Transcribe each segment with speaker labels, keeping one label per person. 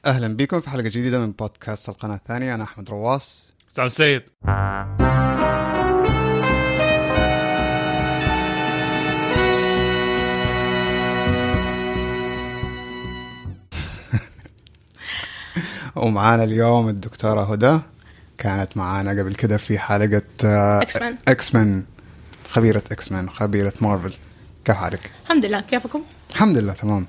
Speaker 1: أهلا بكم في حلقة جديدة من بودكاست القناة الثانية. أنا أحمد رواس.
Speaker 2: سعود السيد.
Speaker 1: ومعانا اليوم الدكتورة هدى، كانت معانا قبل كده في حلقة إكس-مان، خبيرة إكس-مان، خبيرة مارفل. كيف حالك؟
Speaker 3: الحمد لله، كيفكم؟
Speaker 1: الحمد لله تمام.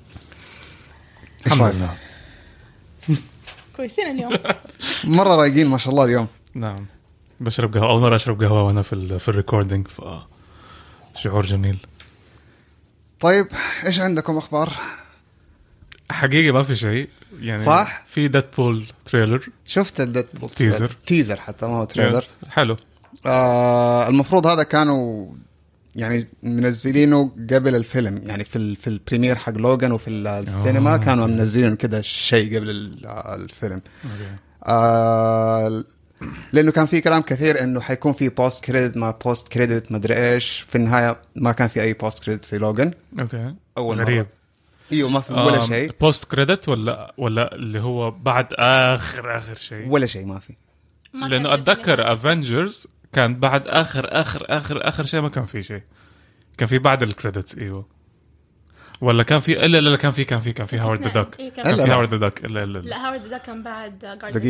Speaker 2: الحمد لله
Speaker 3: كويسين اليوم.
Speaker 1: مرة رايقين ما شاء الله اليوم.
Speaker 2: نعم، بشرب قهوة، أول مرة أشرب قهوة وأنا في الريكوردينج، شعور جميل.
Speaker 1: طيب إيش عندكم أخبار؟
Speaker 2: حقيقة ما في شيء يعني.
Speaker 1: صح؟
Speaker 2: في ديدبول تريلر،
Speaker 1: شفت الديدبول
Speaker 2: تيزر
Speaker 1: حتى ما هو تريلر.
Speaker 2: حلو.
Speaker 1: المفروض هذا كانوا يعني منزلينه قبل الفيلم، يعني في البريمير حق لوغان وفي السينما كانوا منزلين كده شيء قبل الفيلم. لأنه كان في كلام كثير إنه حيكون في بوست كريدت ما بوست كريدت ما أدري إيش. في النهاية ما كان في أي بوست كريدت في لوغان.
Speaker 2: أوكي.
Speaker 1: أول
Speaker 2: غريب.
Speaker 1: مرة. ايوه ما في ولا شيء.
Speaker 2: بوست كريدت ولا اللي هو بعد آخر شيء.
Speaker 1: ولا شيء ما في.
Speaker 2: لأنه أتذكر افنجرز كان بعد آخر شيء، ما كان في شيء. كان في بعد الكريدتس. ايوه ولا كان في الا كان في هاورد ذا داك. كان في هاورد ذا داك.
Speaker 3: لا هاورد ذا كان بعد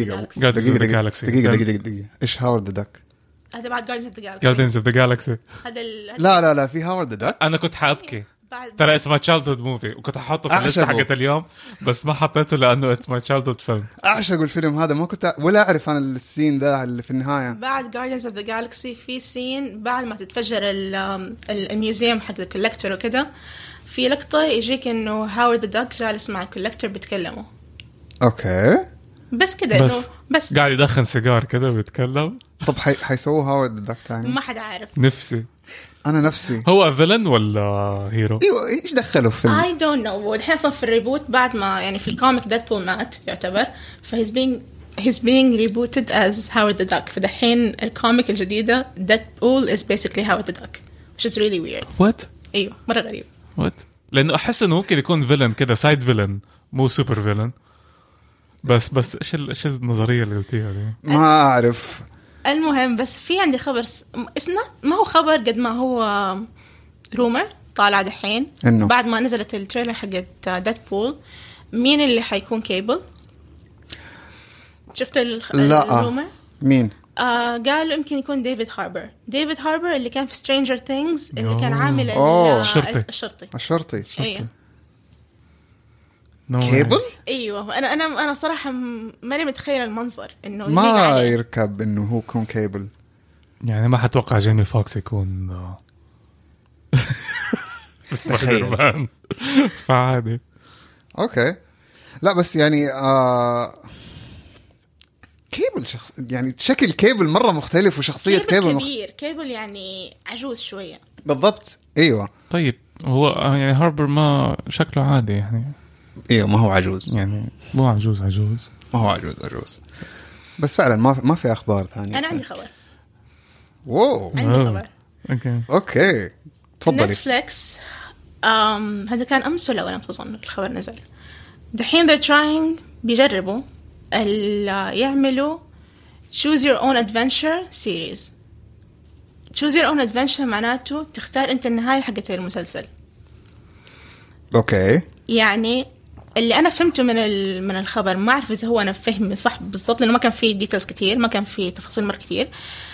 Speaker 1: دقيقة. ايش هاورد ذا داك؟
Speaker 3: هذا بعد
Speaker 2: جاردنز اوف ذا جالكسي.
Speaker 1: لا في هاورد ذا داك.
Speaker 2: انا كنت حابكي ترى اسمه تشايلدهود موفي، وكنت احطه في الليسته حقت اليوم، بس ما حطيته لانه اسمه تشايلدهود فيلم. اعشق
Speaker 1: الفيلم هذا، ما كنت ولا اعرف عن السين ده اللي في النهايه.
Speaker 3: بعد Guardians of the Galaxy في سين بعد ما تتفجر الميوزيوم حق الكولكتور وكده، في لقطه يجيك انه هاورد ذا داك جالس مع الكولكتور بيتكلموا.
Speaker 1: اوكي
Speaker 3: بس كده انه بس
Speaker 2: قاعد يدخن سيجار كده ويتكلم.
Speaker 1: طب حيسووا هاورد ذا داك تاني؟
Speaker 3: ما حد عارف.
Speaker 2: نفسي
Speaker 1: انا نفسي.
Speaker 2: هو فيلن ولا هيرو؟
Speaker 1: ايوه ايش دخله في
Speaker 3: I don't know. والحين اصلا في الريبوت بعد ما يعني في الكوميك ديدبول مات يعتبر، فهيز being rebooted as Howard the Duck. فدحين الكوميك الجديدة Deadpool is basically Howard the Duck, which is really weird.
Speaker 2: What؟
Speaker 3: ايوه مرة غريب.
Speaker 2: What؟ لانه احس انه ممكن يكون فيلن كده، سايد فيلن مو سوبر فيلن. بس ايش النظرية اللي قلتيها دي؟
Speaker 1: ما اعرف.
Speaker 3: المهم بس في عندي خبر ما هو خبر قد ما هو رومر طالع دحين بعد ما نزلت التريلر حقت ديدبول. مين اللي حيكون كيبل؟ شفت الرومر؟
Speaker 1: مين؟
Speaker 3: قالوا يمكن يكون ديفيد هاربر اللي كان في سترينجر ثينجز، اللي كان عامل
Speaker 1: الشرطي.
Speaker 3: أيوه.
Speaker 1: كيبل؟
Speaker 3: ايوه انا صراحه ماني متخيل المنظر انه
Speaker 1: ما يركب انه هو يكون كيبل.
Speaker 2: يعني ما حتوقع جيمي فوكس يكون بس فعادي.
Speaker 1: اوكي لا بس يعني كيبل يعني شكل كيبل مره مختلف، وشخصيه كيبل
Speaker 3: كيبل يعني عجوز شويه.
Speaker 1: بالضبط ايوه.
Speaker 2: طيب هو يعني هاربر ما شكله عادي يعني.
Speaker 1: ايوه ما هو عجوز
Speaker 2: يعني، مو عجوز
Speaker 1: ما هو عجوز بس فعلا ما في اخبار ثانيه.
Speaker 3: انا عندي خبر.
Speaker 1: عندي
Speaker 3: خبر.
Speaker 1: اوكي تفضلي.
Speaker 3: نتفليكس هذا كان امس ولا امس اظن الخبر نزل. دحين they're trying بيجربوا يعملوا choose your own adventure series. choose your own adventure معناته تختار انت النهايه حقت المسلسل.
Speaker 1: اوكي
Speaker 3: يعني اللي انا فهمته من الخبر، ما اعرف اذا هو انا فهمي صح بالضبط لانه ما كان فيه ديتيلز كتير، ما كان فيه تفاصيل مره كتير.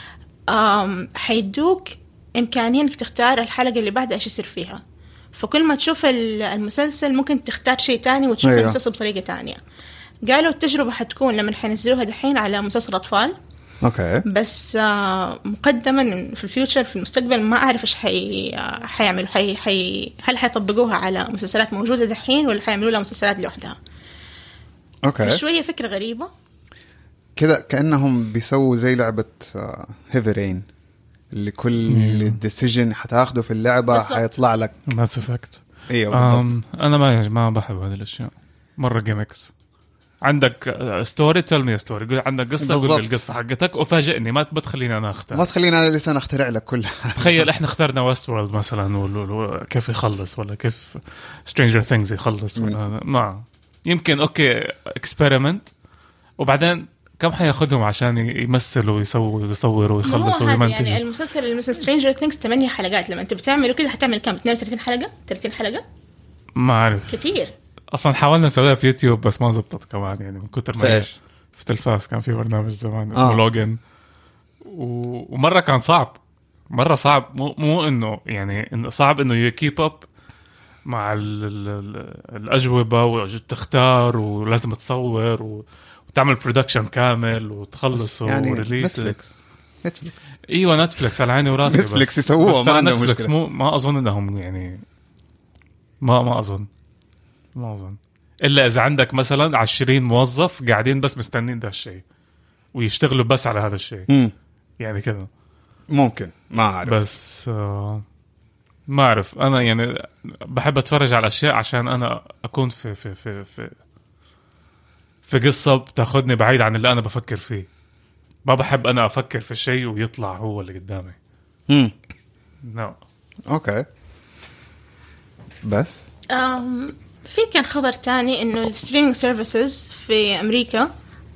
Speaker 3: حيدوك امكانيه انك تختار الحلقه اللي بعدها ايش يصير فيها. فكل ما تشوف المسلسل ممكن تختار شيء تاني وتشوف المسلسل بطريقه تانية. قالوا التجربه حتكون لما حينزلوها دحين على مسلسل اطفال.
Speaker 1: اوكي
Speaker 3: بس مقدما في الفيوتشر في المستقبل ما اعرف ايش حيعملوا. هل حيطبقوها على مسلسلات موجوده دحين ولا حيعملوا لها مسلسلات لوحدها؟
Speaker 1: اوكي
Speaker 3: شويه فكره غريبه
Speaker 1: كده، كانهم بيسووا زي لعبه هيفي رين اللي كل ديسيجن حتاخده في اللعبه حيطلع لك
Speaker 2: ماس افكت.
Speaker 1: ايوه بالضبط.
Speaker 2: انا ما بحب هذه الاشياء مره. جيمكس عندك ستوري تيل مي ستوري، قول عندك قصه قول لي القصه حقتك وفاجئني، ما بتخليني انا اختار،
Speaker 1: ما تخليني انا لسه اخترع لك كلها.
Speaker 2: تخيل احنا اخترنا ويست وورلد مثلا كيف يخلص، ولا كيف سترينجر ثينجز يخلص، ولا ما يمكن اوكي اكسبيرمنت، وبعدين كم حياخدهم عشان يمثلوا ويسووا ويصوروا ويخلصوا ويمنتجوا.
Speaker 3: يعني المسلسل اللي مثل سترينجر ثينكس 8 حلقات، لما انت بتعمله كده هتعمل كم؟ 32 حلقه 30 حلقه،
Speaker 2: ما اعرف
Speaker 3: كتير.
Speaker 2: اصلا حاولنا نسويها في يوتيوب بس ما زبطت كمان، يعني من كتر ما
Speaker 1: فايش
Speaker 2: في تلفاز كان في برنامج زمان اسمه لوجن، ومره كان صعب، مره صعب، مو انه يعني إنه صعب انه يكيب اب مع الاجوبه وتختار ولازم تصور وتعمل برودكشن كامل وتخلص
Speaker 1: يعني
Speaker 2: وريليس.
Speaker 1: نتفليكس
Speaker 2: ايوه نتفليكس على عيني وراسي.
Speaker 1: نتفليكس يسووها ما عندهم
Speaker 2: نتفليكس
Speaker 1: مشكله.
Speaker 2: ما اظن انهم يعني ما اظن الا اذا عندك مثلا 20 موظف قاعدين بس مستنين ده الشيء ويشتغلوا بس على هذا الشيء. يعني كذا
Speaker 1: ممكن، ما اعرف.
Speaker 2: بس ما اعرف. انا يعني بحب اتفرج على الاشياء عشان انا اكون في قصة بتاخدني بعيد عن اللي انا بفكر فيه. ما بحب انا افكر في الشيء ويطلع هو اللي قدامي. نو
Speaker 1: اوكي. بس
Speaker 3: في كان خبر تاني انه الستريمينج سيرفيسز في امريكا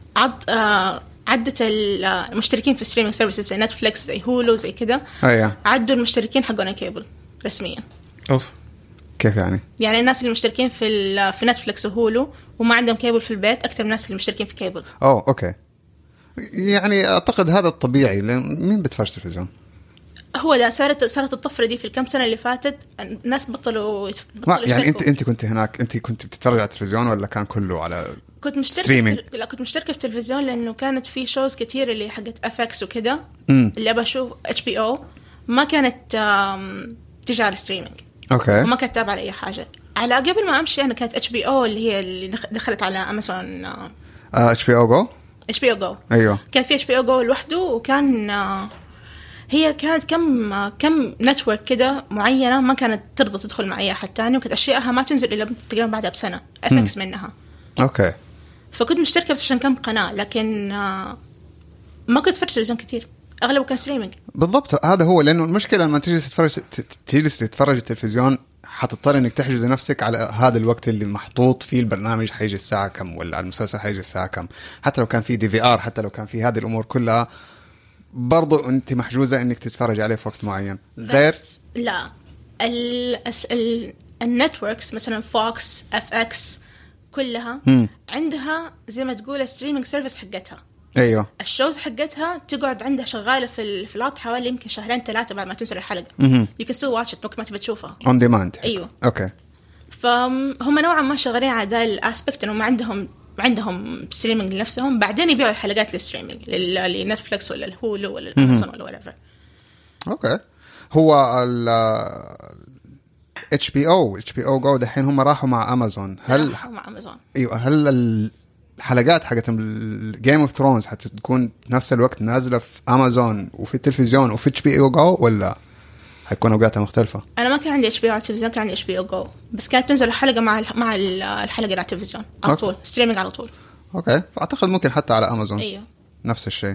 Speaker 3: عدت المشتركين في الستريمينج سيرفيسز زي نتفليكس زي هولو زي كده. عدوا المشتركين حقنا كيبل رسميا.
Speaker 2: اوف.
Speaker 1: كيف يعني؟
Speaker 3: يعني الناس اللي مشتركين في نتفليكس وهولو وما عندهم كيبل في البيت اكثر من الناس اللي مشتركين في كيبل.
Speaker 1: اوكي. يعني اعتقد هذا الطبيعي، لان مين بتفرج تلفزيون؟
Speaker 3: هو ده صارت الطفره دي في الكم سنه اللي فاتت. الناس بطلوا
Speaker 1: يعني انت كنت هناك، انت كنت بتتفرج على التلفزيون ولا كان كله على
Speaker 3: كنت مشتركه في التلفزيون، لانه كانت في شوز كتير اللي حقت افكس وكده اللي بشوف HBO ما كانت تيجي على ستريمينج.
Speaker 1: اوكي.
Speaker 3: وما كانت تابعه اي حاجه. على قبل ما امشي انا كانت HBO اللي دخلت على امازون.
Speaker 1: HBO Go. ايوه
Speaker 3: كان في HBO Go لوحده، وكان هي كانت كم نتورك كده معينه ما كانت ترضى تدخل مع اي احد تاني، وكانت اشياءها ما تنزل الا تقريبا بعدها بسنه افكس منها.
Speaker 1: اوكي.
Speaker 3: فكنت مشتركه بس عشان كم قناه، لكن ما كنت اتفرج تلفزيون كتير، اغلبه كان ستريمينج.
Speaker 1: بالضبط، هذا هو. لانه المشكله لما تجلس تتفرج التلفزيون حتضطر انك تحجز نفسك على هذا الوقت اللي محطوط فيه البرنامج، حيجي الساعه كم، ولا المسلسل حيجي الساعه كم. حتى لو كان في DVR، حتى لو كان في هذه الامور كلها، برضو انت محجوزه انك تتفرج عليه في وقت معين. غير
Speaker 3: لا النتوركس مثلا فوكس FX كلها عندها زي ما تقول ستريمينج سيرفيس حقتها.
Speaker 1: ايوه.
Speaker 3: الشوز حقتها تقعد عندها شغاله في الوقت حوالي يمكن 2-3 بعد ما تنزل الحلقه. you can still watch it وقت ما تبي تشوفها
Speaker 1: on demand.
Speaker 3: ايوه.
Speaker 1: اوكي.
Speaker 3: فهم نوعا ما شغالين على ده الاسبكت، انه ما عندهم ستريمينج لنفسهم، بعدين يبيعوا الحلقات للستريمينج لنتفليكس ولا الهولو ولا الامازون ولا whatever.
Speaker 1: اوكي. هو HBO Go دحين هم راحوا مع امازون. هل
Speaker 3: مع امازون؟ ايوه.
Speaker 1: هل الحلقات حقت الجيم اوف ثرونز حتكون نفس الوقت نازله في امازون وفي التلفزيون وفي HBO Go، ولا حيكون اوقاتها مختلفه؟
Speaker 3: انا ما كان عندي HBO على التلفزيون، كان عندي HBO Go، بس كانت تنزل الحلقه مع الحلقه على التلفزيون على طول. ستريمينج على طول.
Speaker 1: اوكي. اعتقد ممكن حتى على امازون.
Speaker 3: ايوه
Speaker 1: نفس الشيء.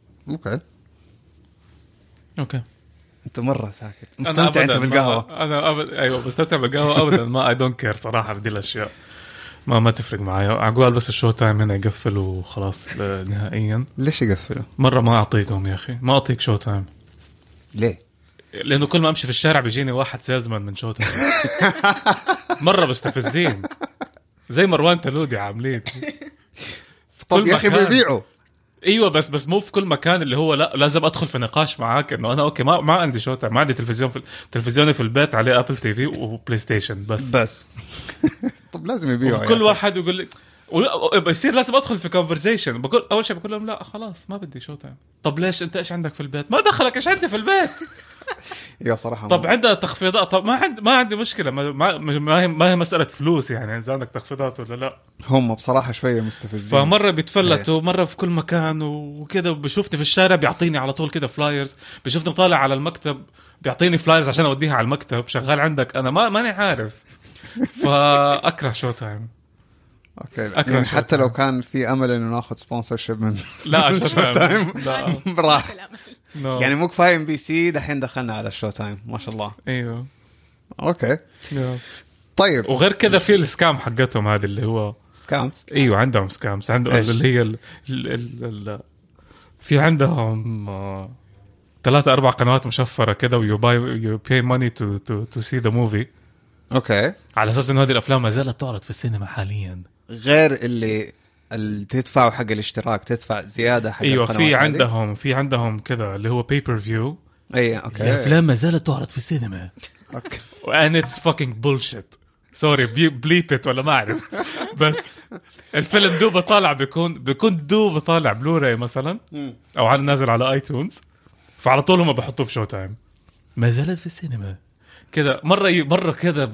Speaker 1: اوكي. انت مره ساكت، مستمتع انت بالقهوه.
Speaker 2: انا ابدا ايوه بستمتع بالقهوه ابدا. ما اي دونت كير صراحه بدي الاشياء ما تفرق معي. عقبال بس الشو تايم هنا يقفل وخلاص نهائيا.
Speaker 1: ليش يقفلوا؟
Speaker 2: مره ما اعطيكم يا اخي، ما اعطيك شو تايم.
Speaker 1: ليه؟
Speaker 2: لانه كل ما امشي في الشارع بيجيني واحد سيلزمان من شو تايم. مره مستفزين زي مروان تلودي عاملين.
Speaker 1: طب يا اخي بيبيعوا.
Speaker 2: ايوه بس مو في كل مكان اللي هو لا لازم ادخل في نقاش معاك انه انا اوكي ما عندي شو تايم، ما عندي تلفزيوني في البيت عليه ابل تي في وبلاي ستيشن بس.
Speaker 1: طب لازم يبيعوا.
Speaker 2: كل واحد يقول لي بيصير لازم ادخل في كونفرزيشن. بقول اول شيء بقول لهم لا خلاص ما بدي شو تايم. طب ليش انت ايش عندك في البيت؟ ما دخلك ايش عندي في البيت.
Speaker 1: يا صراحه
Speaker 2: طب عندها تخفيضات. طب ما عندي مشكله. ما هي مساله فلوس يعني اذا عندك تخفيضات ولا لا.
Speaker 1: هم بصراحه شويه مستفزين.
Speaker 2: فمره بيتفلتوا مره في كل مكان وكذا. بشوفني في الشارع بيعطيني على طول كذا فلايرز. بشوفني طالع على المكتب بيعطيني فلايرز عشان اوديها على المكتب. شغال عندك انا ماني عارف. فاكره شو تايم.
Speaker 1: اوكي. يعني حتى لو كان في امل انه ناخذ سبونسرشيب من
Speaker 2: لا
Speaker 1: شو تايم
Speaker 2: لا
Speaker 1: راح. يعني مو كفايه MBC دحين دخلنا على الشو تايم ما شاء الله.
Speaker 2: ايوه.
Speaker 1: اوكي. طيب.
Speaker 2: وغير كذا في السكام حقتهم هذه اللي هو
Speaker 1: سكامز.
Speaker 2: ايوه عندهم سكامز، عندهم
Speaker 1: إيش؟
Speaker 2: اللي هي في عندهم 3-4 قنوات مشفرة كده، ويو باي ماني تو سي ذا موفي،
Speaker 1: اوكي.
Speaker 2: على اساس انه هذه الافلام ما زالت تعرض في السينما حاليا.
Speaker 1: غير اللي تدفعوا حق الاشتراك، تدفع زياده حق
Speaker 2: ايوه
Speaker 1: القنوات هذه.
Speaker 2: في عندهم كده اللي هو بيبر فيو.
Speaker 1: اي اوكي.
Speaker 2: الافلام ما زالت تعرض في السينما.
Speaker 1: اوكي.
Speaker 2: وان اتس فاكينج بولشيت، سوري بليبت ولا ما اعرف. بس الفيلم دوبه طالع بيكون دوبه طالع بلوراي مثلا، او على نازل على ايتونز، فعلى طول هم بحطوه في شو تايم. ما زالت في السينما كده مره كده.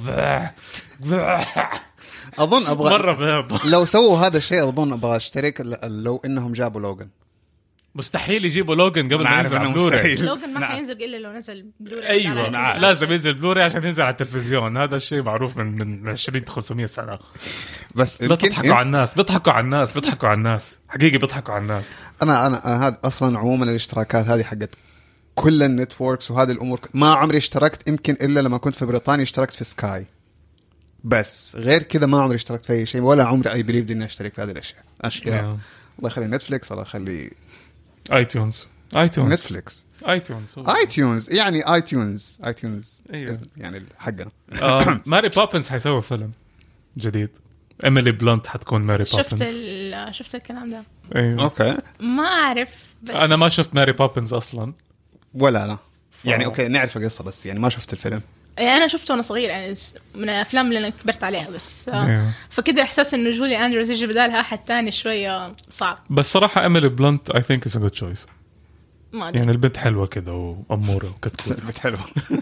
Speaker 1: اظن ابغى
Speaker 2: مره
Speaker 1: لو سووا هذا الشيء اظن ابغى اشترك لو انهم جابوا لوغان.
Speaker 2: مستحيل يجيبوا لوغان قبل ما
Speaker 1: عارف
Speaker 2: ينزل
Speaker 1: انه
Speaker 2: على بلوراي.
Speaker 1: مستحيل.
Speaker 3: لوغان ما حينزل الا لو نزل بلوراي.
Speaker 2: ايوه لازم ينزل بلوراي عشان ينزل على التلفزيون. هذا الشيء معروف من 20-500 سنه.
Speaker 1: بس
Speaker 2: بيضحكوا على الناس حقيقي بيضحكوا على الناس.
Speaker 1: انا هذا اصلا عموما الاشتراكات هذه حقت كل النتوركس وهذه الامور ما عمري اشتركت، يمكن الا لما كنت في بريطانيا اشتركت في سكاي، بس غير كذا ما عمري اشتركت في اي شيء، ولا عمري اي بليف اني اشترك في هذه الاشياء. الله يخلي نتفليكس، الله يخلي
Speaker 2: ايتونز
Speaker 1: نتفليكس، ايتونز يعني ايتونز
Speaker 2: أيوه.
Speaker 1: يعني حقنا.
Speaker 2: ماري بوبنز حيسوي فيلم جديد، إيميلي بلانت حتكون ماري بوبنز.
Speaker 3: شفت الكلام ده.
Speaker 2: أيوه.
Speaker 1: اوكي.
Speaker 3: ما اعرف بس
Speaker 2: انا ما شفت ماري بوبنز اصلا
Speaker 1: ولا لا يعني اوكي نعرف القصه بس يعني ما شفت الفيلم.
Speaker 3: يعني انا شفته وانا صغير، يعني من الافلام اللي انا كبرت عليها بس
Speaker 2: أيوه.
Speaker 3: فكده احساس انه جولي اندروز يجي بدالها احد تاني شويه صعب.
Speaker 2: بس صراحه إيميلي بلانت I think is a good choice.
Speaker 3: ما أدري.
Speaker 2: يعني البنت حلوه كده واموره وكتكوت.
Speaker 1: البنت حلوه.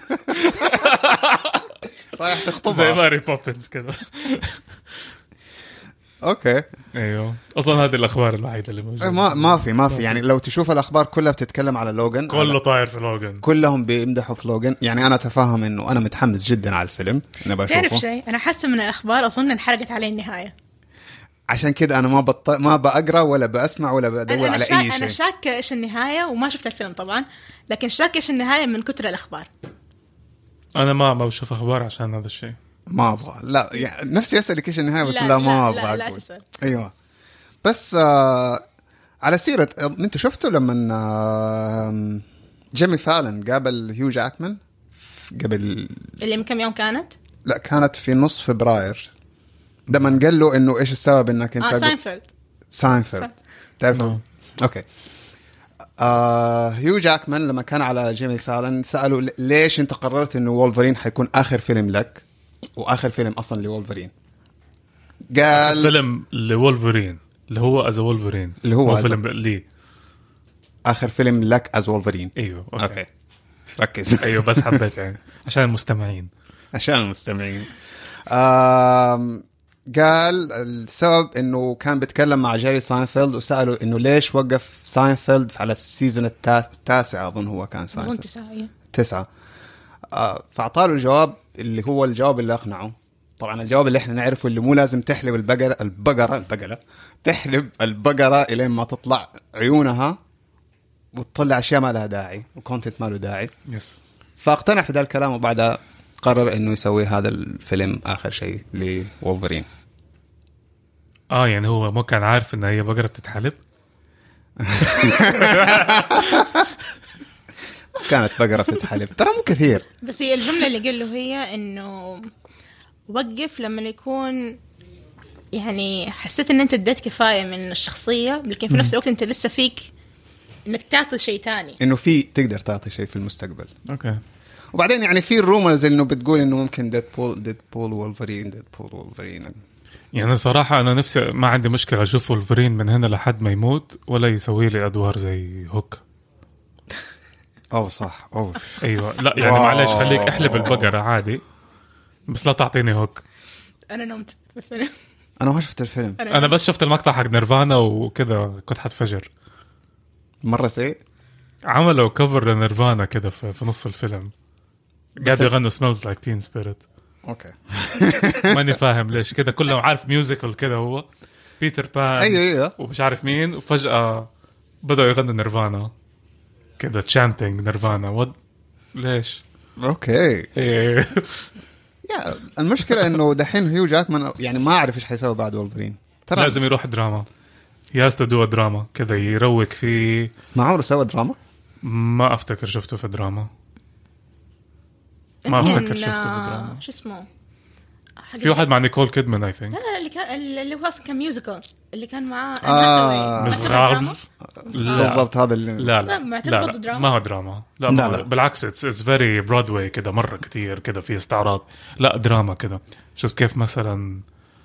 Speaker 1: رايح
Speaker 2: زي
Speaker 1: تخطبها.
Speaker 2: ماري بوبنز كده.
Speaker 1: اوكي.
Speaker 2: ايوه اصلا هذه الاخبار الوحيده اللي موجوده.
Speaker 1: ما في يعني لو تشوف الاخبار كلها بتتكلم على لوغان،
Speaker 2: كله طاير في لوغان،
Speaker 1: كلهم بيمدحوا في لوغان. يعني انا اتفهم انه انا متحمس جدا على الفيلم، انا بشوفه.
Speaker 3: تعرف شيء، انا حاسه من الاخبار اظن انحرقت عليه النهايه،
Speaker 1: عشان كده انا ما بقرا ولا بسمع ولا بدور على اي شيء.
Speaker 3: انا شاكه ايش النهايه، وما شفت الفيلم طبعا، لكن شاكه ايش النهايه من كتر الاخبار.
Speaker 2: انا ما بشوف اخبار عشان هذا الشيء.
Speaker 1: ما ابغى، لا يعني نفسي اسالك ايش النهايه بس لا ما ابغى
Speaker 3: لا
Speaker 1: اقول.
Speaker 3: تسأل.
Speaker 1: ايوه بس على سيره انتوا شفتوا لما جيمي فالن قابل هيو جاكمان قبل
Speaker 3: اللي من كم يوم كانت؟
Speaker 1: لا كانت في نص فبراير، لما قال له انه ايش السبب انك انت ساينفيلد تعرف. اوكي. هيو جاكمان لما كان على جيمي فالن سأله ليش انت قررت انه وولفرين حيكون اخر فيلم لك واخر فيلم اصلا لولفرين. قال
Speaker 2: فيلم لولفرين اللي هو از وولفرين،
Speaker 1: اللي هو
Speaker 2: فيلم لي
Speaker 1: اخر فيلم لك از وولفرين.
Speaker 2: ايوه
Speaker 1: اوكي ركز.
Speaker 2: ايوه بس حبيت يعني عشان المستمعين.
Speaker 1: قال السبب انه كان بيتكلم مع جيري ساينفيلد وسأله انه ليش وقف ساينفيلد على السيزون التاسع، اظن هو كان ساينفيلد 9. فاعطاله الجواب اللي هو الجواب اللي اقنعه. طبعا الجواب اللي احنا نعرفه اللي مو لازم تحلب البقرة تحلب البقرة الين ما تطلع عيونها وتطلع اشياء ما لها داعي وكونتنت ما له داعي.
Speaker 2: يس.
Speaker 1: فاقتنع في ذا الكلام وبعدها قرر انه يسوي هذا الفيلم اخر شيء لولفرين.
Speaker 2: يعني هو ما كان عارف ان هي بقرة بتتحلب.
Speaker 1: كانت بقرة بتتحلب ترى مو كثير.
Speaker 3: بس هي الجملة اللي قال له هي انه وقف لما يكون يعني حسيت ان انت اديت كفاية من الشخصية، لكن في نفس الوقت انت لسه فيك انك تعطي شيء تاني،
Speaker 1: انه في تقدر تعطي شيء في المستقبل.
Speaker 2: اوكي.
Speaker 1: وبعدين يعني في الرومرز انه بتقول انه ممكن ديدبول وولفرين.
Speaker 2: يعني صراحة انا نفسي ما عندي مشكلة اشوف وولفرين من هنا لحد ما يموت ولا يسوي لي ادوار زي هوك.
Speaker 1: صح.
Speaker 2: ايوه لا يعني معلش خليك احلب البقرة عادي بس لا تعطيني هوك.
Speaker 3: انا نمت في الفيلم.
Speaker 1: انا ما شفت الفيلم.
Speaker 2: انا بس شفت المقطع حق نيرفانا وكذا كنت حتفجر
Speaker 1: مرة سيء.
Speaker 2: عملوا كفر لنيرفانا كده في نص الفيلم قاعد يغنوا Smells Like Teen Spirit.
Speaker 1: اوكي.
Speaker 2: ماني فاهم ليش كده، كلهم عارف ميوزيكال كده هو بيتر بان
Speaker 1: ايوه
Speaker 2: ومش عارف مين، وفجأة بدأوا يغنوا نيرفانا كده تشانتينج نيرفانا. ليش؟
Speaker 1: اوكي.
Speaker 2: إيه.
Speaker 1: يا المشكلة انه دحين هيو جاكمان يعني ما اعرف ايش حيسوي بعد وولفرين. ترى
Speaker 2: لازم يروح دراما. ياستو دو دراما كذا يروق فيه.
Speaker 1: ما عمره سوى دراما.
Speaker 2: ما افتكر شفته في دراما. ما افتكر شفته في دراما.
Speaker 3: شو اسمه
Speaker 2: في واحد مع نيكول كيدمان اي ثينك.
Speaker 3: لا اللي كان اللي هو اصلا كان ميوزيكال اللي كان معاه
Speaker 2: مزرعبز.
Speaker 1: بالضبط هذا اللي
Speaker 2: لا
Speaker 3: معتبر دراما.
Speaker 2: ما هو دراما. لا. بالعكس اتس فيري برودواي كده مرة كتير كده في استعراض. لا دراما كده. شفت كيف مثلا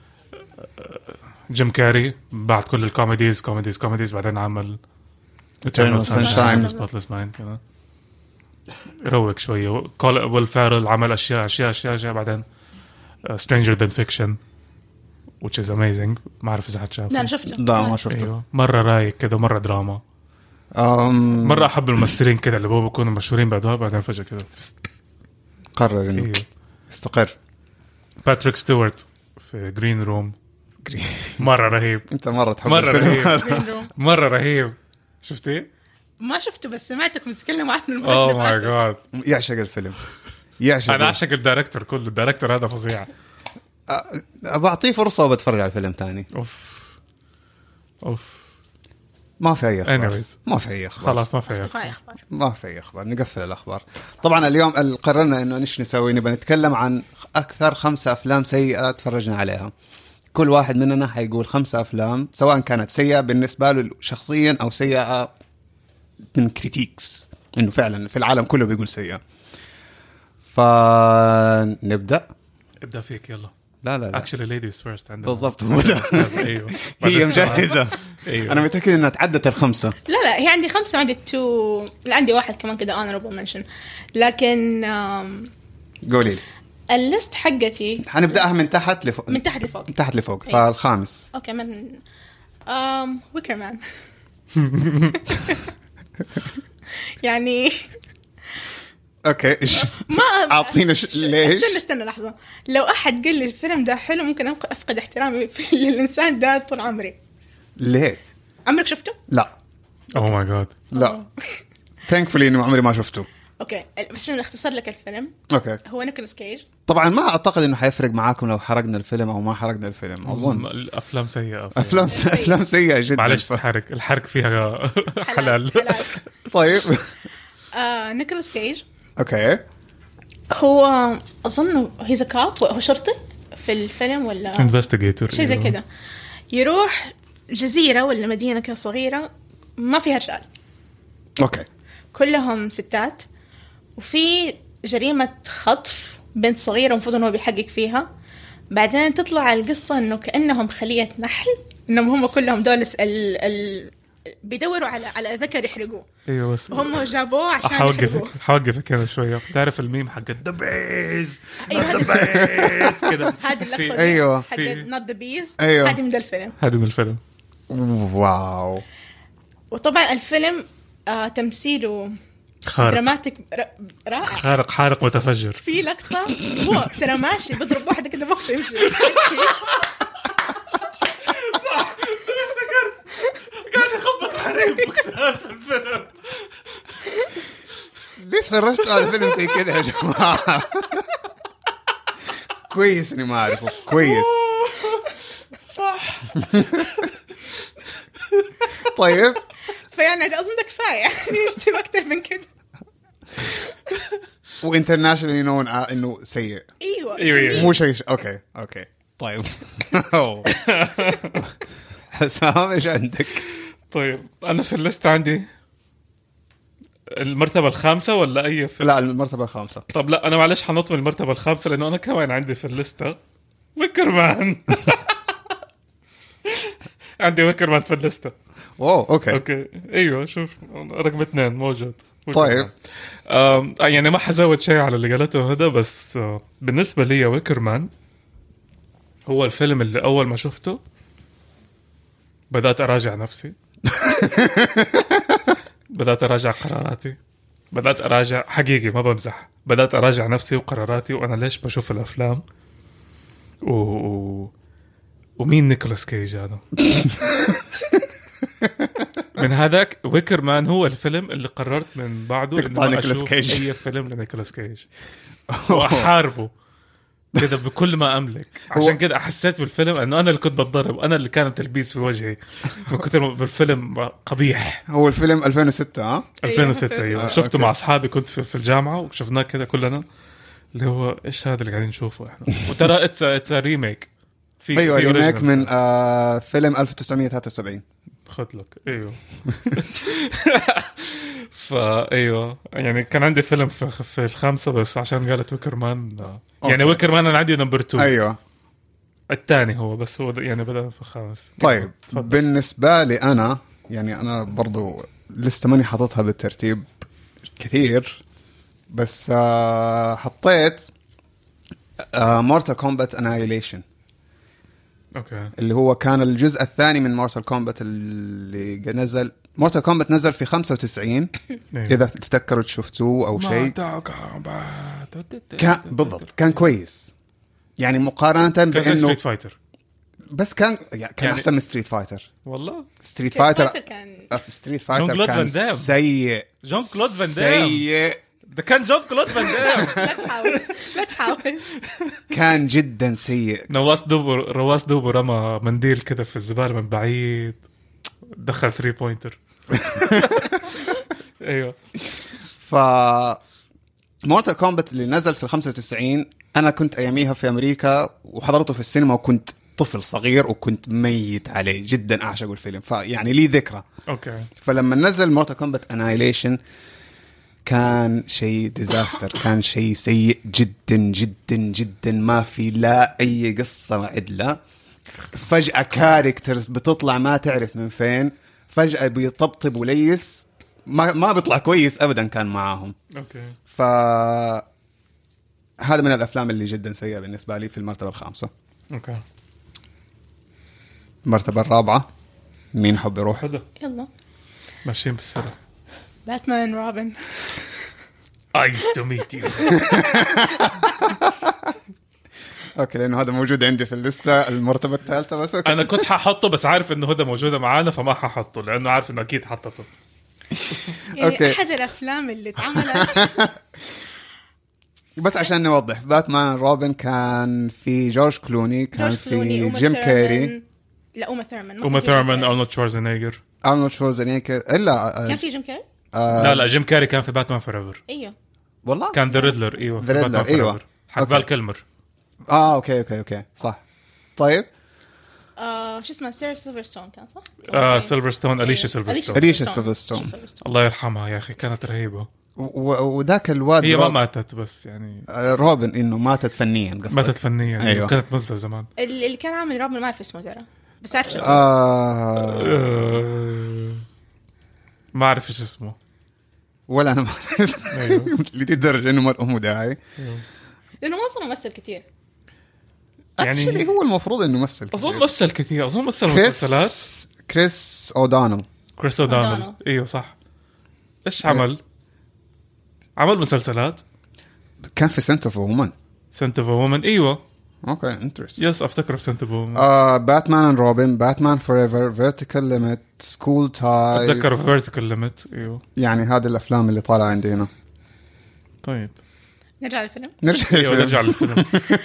Speaker 2: جيم كاري بعد كل الكوميديز بعدين عمل
Speaker 1: Eternal Sunshine
Speaker 2: Spotless Mind كده روق شوية. ويل فيرل عمل أشياء بعدين Stranger Than Fiction which is amazing. ما أعرف إذا حد شافه.
Speaker 3: لا أنا شفته.
Speaker 1: لا ما شفته.
Speaker 2: أيوة. مرة رايق كده مرة دراما. مرة أحب الممثلين كده اللي بيكونوا مشهورين بعدين فجأة كده
Speaker 1: قرر إنه
Speaker 2: أيوة.
Speaker 1: استقر.
Speaker 2: باتريك ستيوارت في جرين روم مرة رهيب.
Speaker 1: أنت مرة تحب
Speaker 2: مرة
Speaker 1: الفيلم
Speaker 2: رهيب.
Speaker 1: هذا.
Speaker 2: مرة رهيب. شفتيه؟
Speaker 3: ما شفته بس سمعتك بتتكلم عنه المرة
Speaker 2: أوه
Speaker 3: اللي
Speaker 2: ماي
Speaker 3: فاتت.
Speaker 2: جاد.
Speaker 1: يعشق الفيلم يعشق.
Speaker 2: أنا أعشق الدايركتور كله. الدايركتور هذا فظيع.
Speaker 1: بعطيه فرصة وبتفرج على الفيلم تاني.
Speaker 2: أوف
Speaker 1: ما في أي أخبار.
Speaker 2: Anyways.
Speaker 1: ما في أي أخبار.
Speaker 2: خلاص ما في
Speaker 3: أصدقائي أخبار.
Speaker 1: ما في أي أخبار. نقفل الأخبار. طبعا اليوم قررنا إنه إيش نسوي. نبغى نتكلم عن أكثر 5 أفلام سيئة تفرجنا عليها. كل واحد مننا حيقول 5 أفلام سواء كانت سيئة بالنسبة له شخصيا أو سيئة من كريتيكس إنه فعلا في العالم كله بيقول سيئة. فنبدأ.
Speaker 2: ابدأ فيك يلا.
Speaker 1: لا
Speaker 2: actually ladies first عندنا.
Speaker 1: بالضبط.
Speaker 2: أيوه.
Speaker 1: هي مجهزة.
Speaker 2: أيوه.
Speaker 1: أنا متأكد إنها تعدت 5.
Speaker 3: لا هي عندي 5 وعندي 2. لا عندي واحد كمان كده honorable mention. لكن
Speaker 1: قولي لي.
Speaker 3: الليست حقتي
Speaker 1: حنبدأها من تحت لفوق.
Speaker 3: من تحت لفوق.
Speaker 1: من تحت لفوق.
Speaker 3: أيوه.
Speaker 1: فالخامس.
Speaker 3: اوكي من ويكرمان. يعني
Speaker 1: اوكي ايش
Speaker 3: ما
Speaker 1: اعطينا ليش.
Speaker 3: استنى لحظه. لو احد قال لي الفيلم ده حلو ممكن افقد احترامي للانسان ده طول عمري.
Speaker 1: ليه؟
Speaker 3: عمرك شفته؟
Speaker 1: لا.
Speaker 2: اوه ماي جاد.
Speaker 1: لا ثانكفولي انه عمري ما شفته.
Speaker 3: اوكي بس عشان اختصر لك الفيلم.
Speaker 1: اوكي.
Speaker 3: هو نيكولاس كيج.
Speaker 1: طبعا ما اعتقد انه حيفرق معاكم لو حرقنا الفيلم او ما حرقنا الفيلم. اظن
Speaker 2: الافلام سيئة.
Speaker 1: افلام سيئة جدا.
Speaker 2: معلش الحرق فيها حلال.
Speaker 1: طيب
Speaker 3: نيكولاس كيج.
Speaker 1: اوكي.
Speaker 3: هو اظن هيز كاب. هو شرطي في الفيلم ولا
Speaker 2: انفستيجيتور
Speaker 3: شيء زي كده. يروح جزيرة ولا مدينة كده صغيرة ما فيها رجال.
Speaker 1: اوكي.
Speaker 3: كلهم ستات. وفي جريمة خطف بنت صغيرة المفروض انه بيحقق فيها. بعدين تطلع القصة انه كأنهم خلية نحل. انهم هم كلهم دول بيدوروا على ذكر يحرقوه.
Speaker 2: ايوه بس
Speaker 3: هم جابوه عشان يحرقوه.
Speaker 2: حوقفك هنا شويه. تعرف الميم حق ذا بيز كده.
Speaker 3: هذه اللقطه
Speaker 1: ايوه
Speaker 3: حق نوت ذا بيز.
Speaker 1: أيوة.
Speaker 3: هذه من الفيلم.
Speaker 2: هذه من الفيلم.
Speaker 1: واو.
Speaker 3: وطبعا الفيلم تمثيله دراماتيك رائع.
Speaker 2: حارق متفجر.
Speaker 3: في لقطه هو ترى ماشي بضرب واحده كده بوكس يمشي.
Speaker 2: صح افتكرت قاعد يخبط حريم بوكسات في الفيلم.
Speaker 1: ليه تفرجتوا على فيلم زي كده يا جماعة؟ كويس اني ما اعرفه. كويس.
Speaker 2: صح.
Speaker 1: طيب
Speaker 3: فيعني اظن ده كفايه يعني نشتم اكثر من كده.
Speaker 1: وانترناشونالي نون انه سيء.
Speaker 3: ايوه
Speaker 1: مو شيء. اوكي طيب. حسام ايش عندك؟
Speaker 2: طيب انا في الليست عندي المرتبة 5 ولا أي فيلم؟
Speaker 1: لا المرتبة 5.
Speaker 2: طب لا أنا معلش حنط من المرتبة 5 لأنه أنا كمان عندي في الليستة ويكرمان. عندي ويكرمان في الليستة.
Speaker 1: اوكي
Speaker 2: ايوه شوف رقم 2 موجود.
Speaker 1: طيب
Speaker 2: يعني ما حزود شيء على اللي قالته هذا بس بالنسبة لي ويكرمان هو الفيلم اللي أول ما شفته بدأت أراجع نفسي. بدأت أراجع قراراتي. بدأت أراجع حقيقي ما بمزح. بدأت أراجع نفسي وقراراتي وأنا ليش بشوف الأفلام ومين نيكولاس كيج هذا. من هذاك ويكرمان هو الفيلم اللي قررت من بعده إنه ما أشوف أي فيلم لنيكولاس كيج وأحاربه كده بكل ما املك. عشان كده حسيت بالفيلم انه انا اللي كنت بتضرب، انا اللي كان تلبيس في وجهي من كثر بالفيلم قبيح.
Speaker 1: هو الفيلم 2006
Speaker 2: 2006 ايوه. شفته
Speaker 1: أوكي.
Speaker 2: مع اصحابي، كنت في الجامعه وشفناه كده كلنا، اللي هو ايش هذا اللي قاعدين نشوفه احنا. وترى اتس ريميك في
Speaker 1: ايوه
Speaker 2: في
Speaker 1: ريميك
Speaker 2: original.
Speaker 1: من فيلم 1973.
Speaker 2: خد لك ايوه. فايوه يعني كان عندي فيلم في الخامسه، بس عشان قالت ويكرمان يعني ويكرمان انا عندي نمبر 2.
Speaker 1: ايوه
Speaker 2: الثاني هو، بس هو يعني بدأ في الخامس.
Speaker 1: طيب
Speaker 2: تفضل.
Speaker 1: بالنسبه لي انا يعني انا برضو لسه ماني حاططها بالترتيب كثير، بس حطيت مورتال كومبات انايليشن
Speaker 2: اوكي.
Speaker 1: اللي هو كان الجزء الثاني من مورتال كومبات اللي نزل. مورتال كومبات نزل في 95 اذا تفتكروا شفتوه او شيء. كان بالضبط كان كويس يعني مقارنه بانه
Speaker 2: ستريت فايتر،
Speaker 1: بس كان يعني احسن من ستريت فايتر.
Speaker 2: والله
Speaker 1: ستريت فايتر
Speaker 3: كان
Speaker 1: ستريت
Speaker 2: جون
Speaker 1: فايتر
Speaker 2: كلود
Speaker 1: كان
Speaker 2: فان دام.
Speaker 1: سيء.
Speaker 2: جون كلود فان دام
Speaker 1: سيء
Speaker 2: ده كان جون كلود فان دام.
Speaker 3: لا تحاول
Speaker 1: كان جدا سيء.
Speaker 2: رواس دوبو رمى منديل كده في الزبالة من بعيد، دخل 3 بوينتر. ايوه.
Speaker 1: ف مورتال كومبات اللي نزل في 95 انا كنت اياميها في امريكا وحضرته في السينما، وكنت طفل صغير وكنت ميت عليه جدا، اعشق الفيلم، فيعني لي ذكرى.
Speaker 2: اوكي.
Speaker 1: فلما نزل مورتال كومبات انايليشن كان شيء ديزاستر، كان شيء سيء جدا جدا جدا، ما في لا اي قصة عدلة. فجأة كاركترز بتطلع ما تعرف من فين، فجأة بيطبطب وليس، ما بيطلع كويس ابدا كان معاهم.
Speaker 2: اوكي.
Speaker 1: ف هذا من الافلام اللي جدا سيئة بالنسبة لي في المرتبة الخامسة.
Speaker 2: اوكي.
Speaker 1: المرتبة الرابعة مين حب يروح؟
Speaker 2: حدا
Speaker 3: يلا
Speaker 2: ماشيين بالسرعة.
Speaker 3: باتمان روبن.
Speaker 2: I used to meet you.
Speaker 1: اوكي لانه هذا موجود عندي في الليستة المرتبة الثالثة بس. أوكي.
Speaker 2: انا كنت ححطه بس عارف انه هدى موجودة معانا فما ححطه، لانه عارف انه اكيد حطته.
Speaker 3: يعني
Speaker 1: أوكي.
Speaker 3: احد الافلام اللي اتعملت.
Speaker 1: بس عشان نوضح، باتمان روبن كان في جورج كلوني، كان
Speaker 3: جورج كلوني،
Speaker 1: في
Speaker 3: أوما
Speaker 1: جيم
Speaker 3: ثيرمان.
Speaker 1: كيري،
Speaker 3: لا أوما ثيرمان.
Speaker 2: وما ثيرمان، أرنولد شوارزنيجر.
Speaker 1: أرنولد شوارزنيجر إلا
Speaker 3: كان في جيم كيري.
Speaker 2: لا جيم كاري كان في باتمان فوريفر.
Speaker 3: ايوه
Speaker 1: والله
Speaker 2: كان ذا ريدلر. ايوه
Speaker 1: The Riddler، أيوة.
Speaker 2: حق
Speaker 1: أوكي.
Speaker 2: فال كيلمر.
Speaker 1: اوكي صح. طيب
Speaker 3: شو اسمه سيرا سيلفرستون كان صح؟
Speaker 2: سيلفرستون، أليشا سيلفرستون.
Speaker 1: أليشا سيلفرستون.
Speaker 2: الله يرحمها يا اخي، كانت رهيبة.
Speaker 1: وذاك الواد
Speaker 2: هي ما ماتت بس يعني
Speaker 1: روبن انه ماتت فنيا قصدك.
Speaker 2: ماتت فنيا.
Speaker 1: أيوة.
Speaker 2: كانت مزة زمان.
Speaker 3: اللي كان عامل روبن ما اعرف اسمه ترى، بس عارف شو.
Speaker 2: ما اعرف ايش اسمه
Speaker 1: ولا انا ما اعرف
Speaker 2: أيوة.
Speaker 1: لدي الدرجه انه مو داعي،
Speaker 3: لانه ما اصلا ممثل كتير.
Speaker 2: يعني
Speaker 1: يعني هو المفروض انه يمثل
Speaker 2: اظن مثل كثير، اظن مثل مسلسلات.
Speaker 1: كريس أودانل.
Speaker 2: كريس أودانل. ايوه صح. ايش عمل مسلسلات.
Speaker 1: كان في سنت اوف وومن.
Speaker 2: سنت اوف وومن. ايوه
Speaker 1: اوكي انترست.
Speaker 2: يس افتكر في سنت اوف وومن.
Speaker 1: باتمان اند روبن، باتمان فوريفر، فيرتيكال ليميت، سكول تايز.
Speaker 2: اتذكر فيرتيكال ليميت. ايوه
Speaker 1: يعني هذه الافلام اللي طالعه عندي هنا.
Speaker 2: طيب
Speaker 3: نرجع للفيلم.
Speaker 2: ايوه نرجع للفيلم.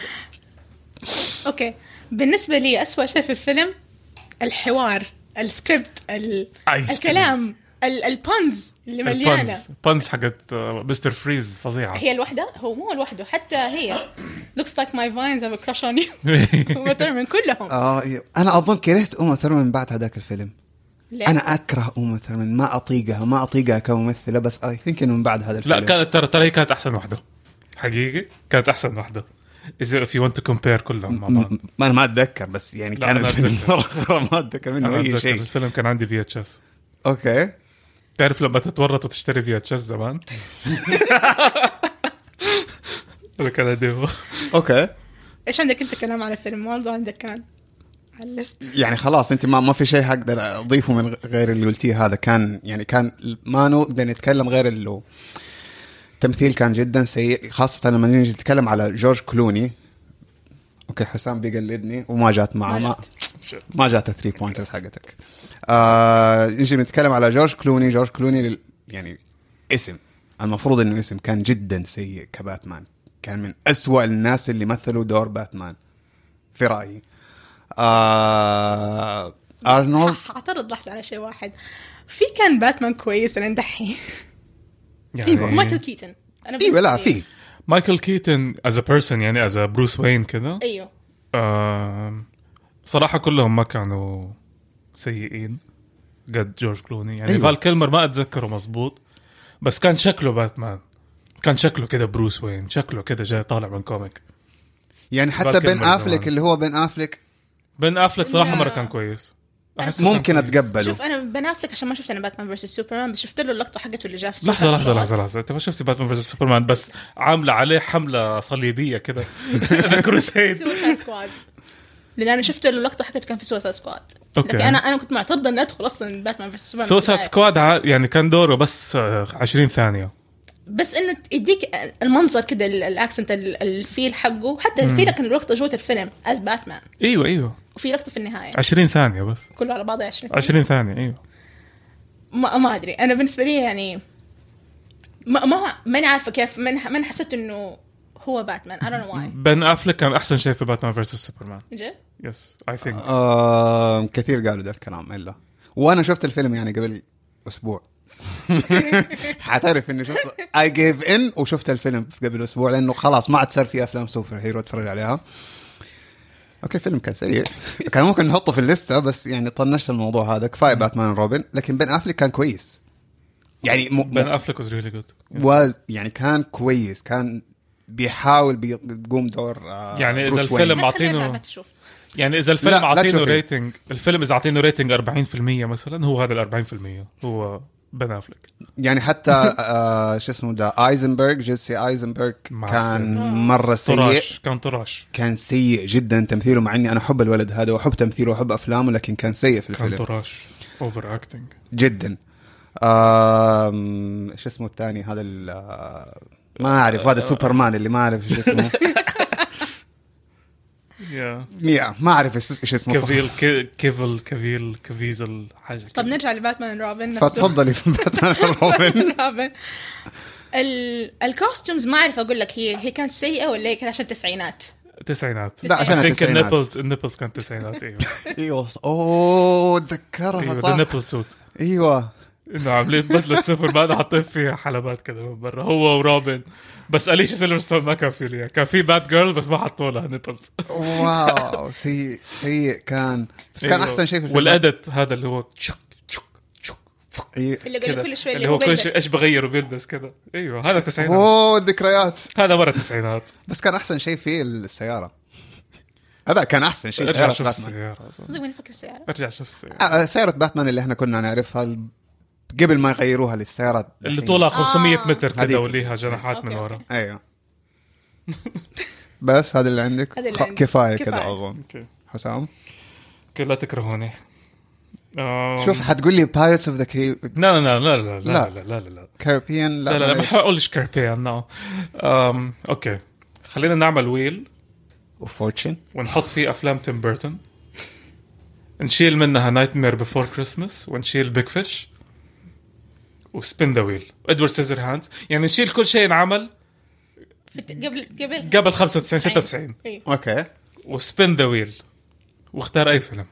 Speaker 3: اوكي بالنسبه لي أسوأ شيء في الفيلم الحوار، السكريبت، الكلام، البانز اللي مليانه.
Speaker 2: بانز حقت مستر فريز فظيعه.
Speaker 3: هي الوحده، هو مو الوحده، حتى هي looks like my vines have a crush on you. وما ثيرمان كلهم.
Speaker 1: انا اظن كرهت أوما ثيرمان من بعد هذاك الفيلم.
Speaker 3: ليه؟
Speaker 1: انا اكره أوما ثيرمان، ما اطيقها كممثله، بس اي ثينك انه من بعد هذا الفيلم.
Speaker 2: لا كانت ترى هي كانت احسن واحده حقيقي، كانت احسن واحده اذا if you want to compare كلهم مع بعض.
Speaker 1: انا ما اتذكر، بس يعني كان الفيلم مره ما اتذكر منه اي شيء.
Speaker 2: الفيلم كان عندي VHS.
Speaker 1: اوكي
Speaker 2: تعرف لما تتورط وتشتري VHS زمان. ولا كان عندي هو.
Speaker 1: اوكي
Speaker 3: ايش عندك انت كلام على الفيلم؟ والله عندك كان على الليست.
Speaker 1: يعني خلاص انت ما في شيء حقدر اضيفه من غير اللي قلتيه. هذا كان يعني كان ما نقدر نتكلم غير اللي التمثيل كان جدا سيء، خاصة لما نيجي نتكلم على جورج كلوني. اوكي حسام بيقلدني وما جات معه، ما جات 3 بوينترز حقتك. نيجي نتكلم على جورج كلوني يعني اسم المفروض انه اسم كان جدا سيء كباتمان كان من أسوأ الناس اللي مثلوا دور باتمان في رأيي. أرنولد.
Speaker 3: اعترض لحظة على شيء واحد، في كان باتمان كويس لين دحين.
Speaker 2: يعني
Speaker 1: أيوة.
Speaker 3: مايكل كيتن.
Speaker 1: ايوه لا في
Speaker 2: مايكل كيتن as a person يعني as a بروس وين كده.
Speaker 3: ايوه
Speaker 2: صراحة كلهم ما كانوا سيئين قد جورج كلوني يعني.
Speaker 1: أيوة.
Speaker 2: فال كيلمر ما أتذكره مزبوط، بس كان شكله باتمان، كان شكله كده بروس وين، شكله كده جاي طالع من كوميك.
Speaker 1: يعني حتى بين أفلك اللي هو بين أفلك
Speaker 2: صراحة مرة كان كويس،
Speaker 1: ممكن أتقبله.
Speaker 3: شوف أنا بن أفلك عشان ما شفت أنا باتمان فيرسس سوبرمان، بس شفت له اللقطة حقته اللي جاء في
Speaker 2: لحظة أنت ما شفتي باتمان فيرسس سوبرمان، بس عاملة عليه حملة صليبية كده كروسيد
Speaker 3: سوسايد سكواد، لأن أنا شفت له اللقطة حقته كان في سوسايد سكواد.
Speaker 2: أوكي.
Speaker 3: لكن أنا كنت معترضة إن أدخل أصلا باتمان فيرسس سوبرمان.
Speaker 2: سوسايد سكواد يعني كان دوره بس 20 ثانية،
Speaker 3: بس إنه يديك المنظر كده الأكسنت الفيل حقه، حتى الفيل كان لقطة جوة الفيلم أز باتمان.
Speaker 2: أيوة
Speaker 3: وفي لقطة في النهاية
Speaker 2: 20 ثانية بس،
Speaker 3: كله على بعضه
Speaker 2: 20 ثانية. أيوة
Speaker 3: ما أدري، أنا بالنسبة لي يعني ماني عارفة كيف من حسيت إنه هو باتمان. I don't know why.
Speaker 2: بن أفلك كان أحسن شيء في باتمان فيرسس سوبرمان.
Speaker 3: جد؟
Speaker 2: يس I think.
Speaker 1: كثير قالوا ده الكلام إلا وأنا شفت الفيلم يعني قبل أسبوع. حتعرف إني شفت I gave in وشفت الفيلم قبل أسبوع، لأنه خلاص ما عاد صار في أفلام سوبر هيرو أتفرج عليها. أوكي الفيلم كان سيء، كان ممكن نحطه في الليستة، بس يعني طنشت الموضوع هذا. كفاية باتمان روبن، لكن بن أفلك كان كويس يعني.
Speaker 2: بن أفلك was really good.
Speaker 1: يعني كان كويس، كان بيحاول بيقوم دور
Speaker 2: يعني إذا الفيلم عطينه يعني إذا الفيلم عطينه ريتنج، الفيلم إذا عطينه ريتنج 40% مثلا، هو هذا 40% هو بن أفلك.
Speaker 1: يعني حتى شو اسمه ده جيسي ايزنبرغ كان مرة سيء، كان سيء جدا تمثيله، مع اني انا احب الولد هذا واحب تمثيله واحب افلامه، لكن كان سيء في الفيلم،
Speaker 2: كان طراش اوفر اكتنج
Speaker 1: جدا. شو اسمه الثاني هذا ما اعرف، هذا سوبرمان اللي ما اعرف ايش اسمه. ما اعرف ايش اسمه. كافيزل حاجه.
Speaker 3: طب نرجع لباتمان روبن نفسه.
Speaker 1: فتفضلي في باتمان روبن.
Speaker 3: الكوستومز ما اعرف اقول لك هي كانت سيئه ولا هي كانت عشان التسعينات.
Speaker 1: لا عشان
Speaker 2: النيبلز كانت تسعينات. ايوه
Speaker 1: اوه اتذكرها صح.
Speaker 2: النيبل سوت
Speaker 1: ايوه،
Speaker 2: انه عاملين بدله سوبرمان حاطين فيها حلبات كده من برا، هو وروبن. بس أليشا سيلفرستون ما كان في ليها، كان في بات جيرل بس ما حطوا لها نيبلز.
Speaker 1: واو سيء كان، بس كان احسن شيء في الفيلم.
Speaker 2: والادت هذا اللي هو تشك
Speaker 3: اللي كل شوي
Speaker 2: اللي هو كل شيء ايش بغير وبيلبس كده. ايوه هذا التسعينات.
Speaker 1: اوه الذكريات،
Speaker 2: هذا مرة التسعينات.
Speaker 1: بس كان احسن شيء في السياره، هذا كان احسن شيء.
Speaker 2: ارجع شوف السياره،
Speaker 3: وين فكر السياره؟
Speaker 2: ارجع شوف السياره.
Speaker 1: سياره باتمان اللي احنا كنا نعرفها قبل ما يغيروها للسيارات
Speaker 2: اللي طولها 500 متر كده وليها جناحات من ورا.
Speaker 1: ايوه بس هذا اللي عندك كفايه كده اظن. حسام
Speaker 2: لا تكرهوني.
Speaker 1: شوف حتقول لي Pirates of the Caribbean.
Speaker 2: لا
Speaker 1: كاربيان.
Speaker 2: لا ما حقولش كاربيان. اوكي خلينا نعمل ويل
Speaker 1: وفورتشن
Speaker 2: ونحط فيه افلام تيم بيرتون، نشيل منها نايتمير بيفور كريسمس، ونشيل بيج فيش، وسبين ذا ويل، ادوارد سيزر هاندز. يعني نشيل كل شيء انعمل قبل 95 96.
Speaker 1: اوكي،
Speaker 2: وسبين ذا ويل واختار اي فيلم.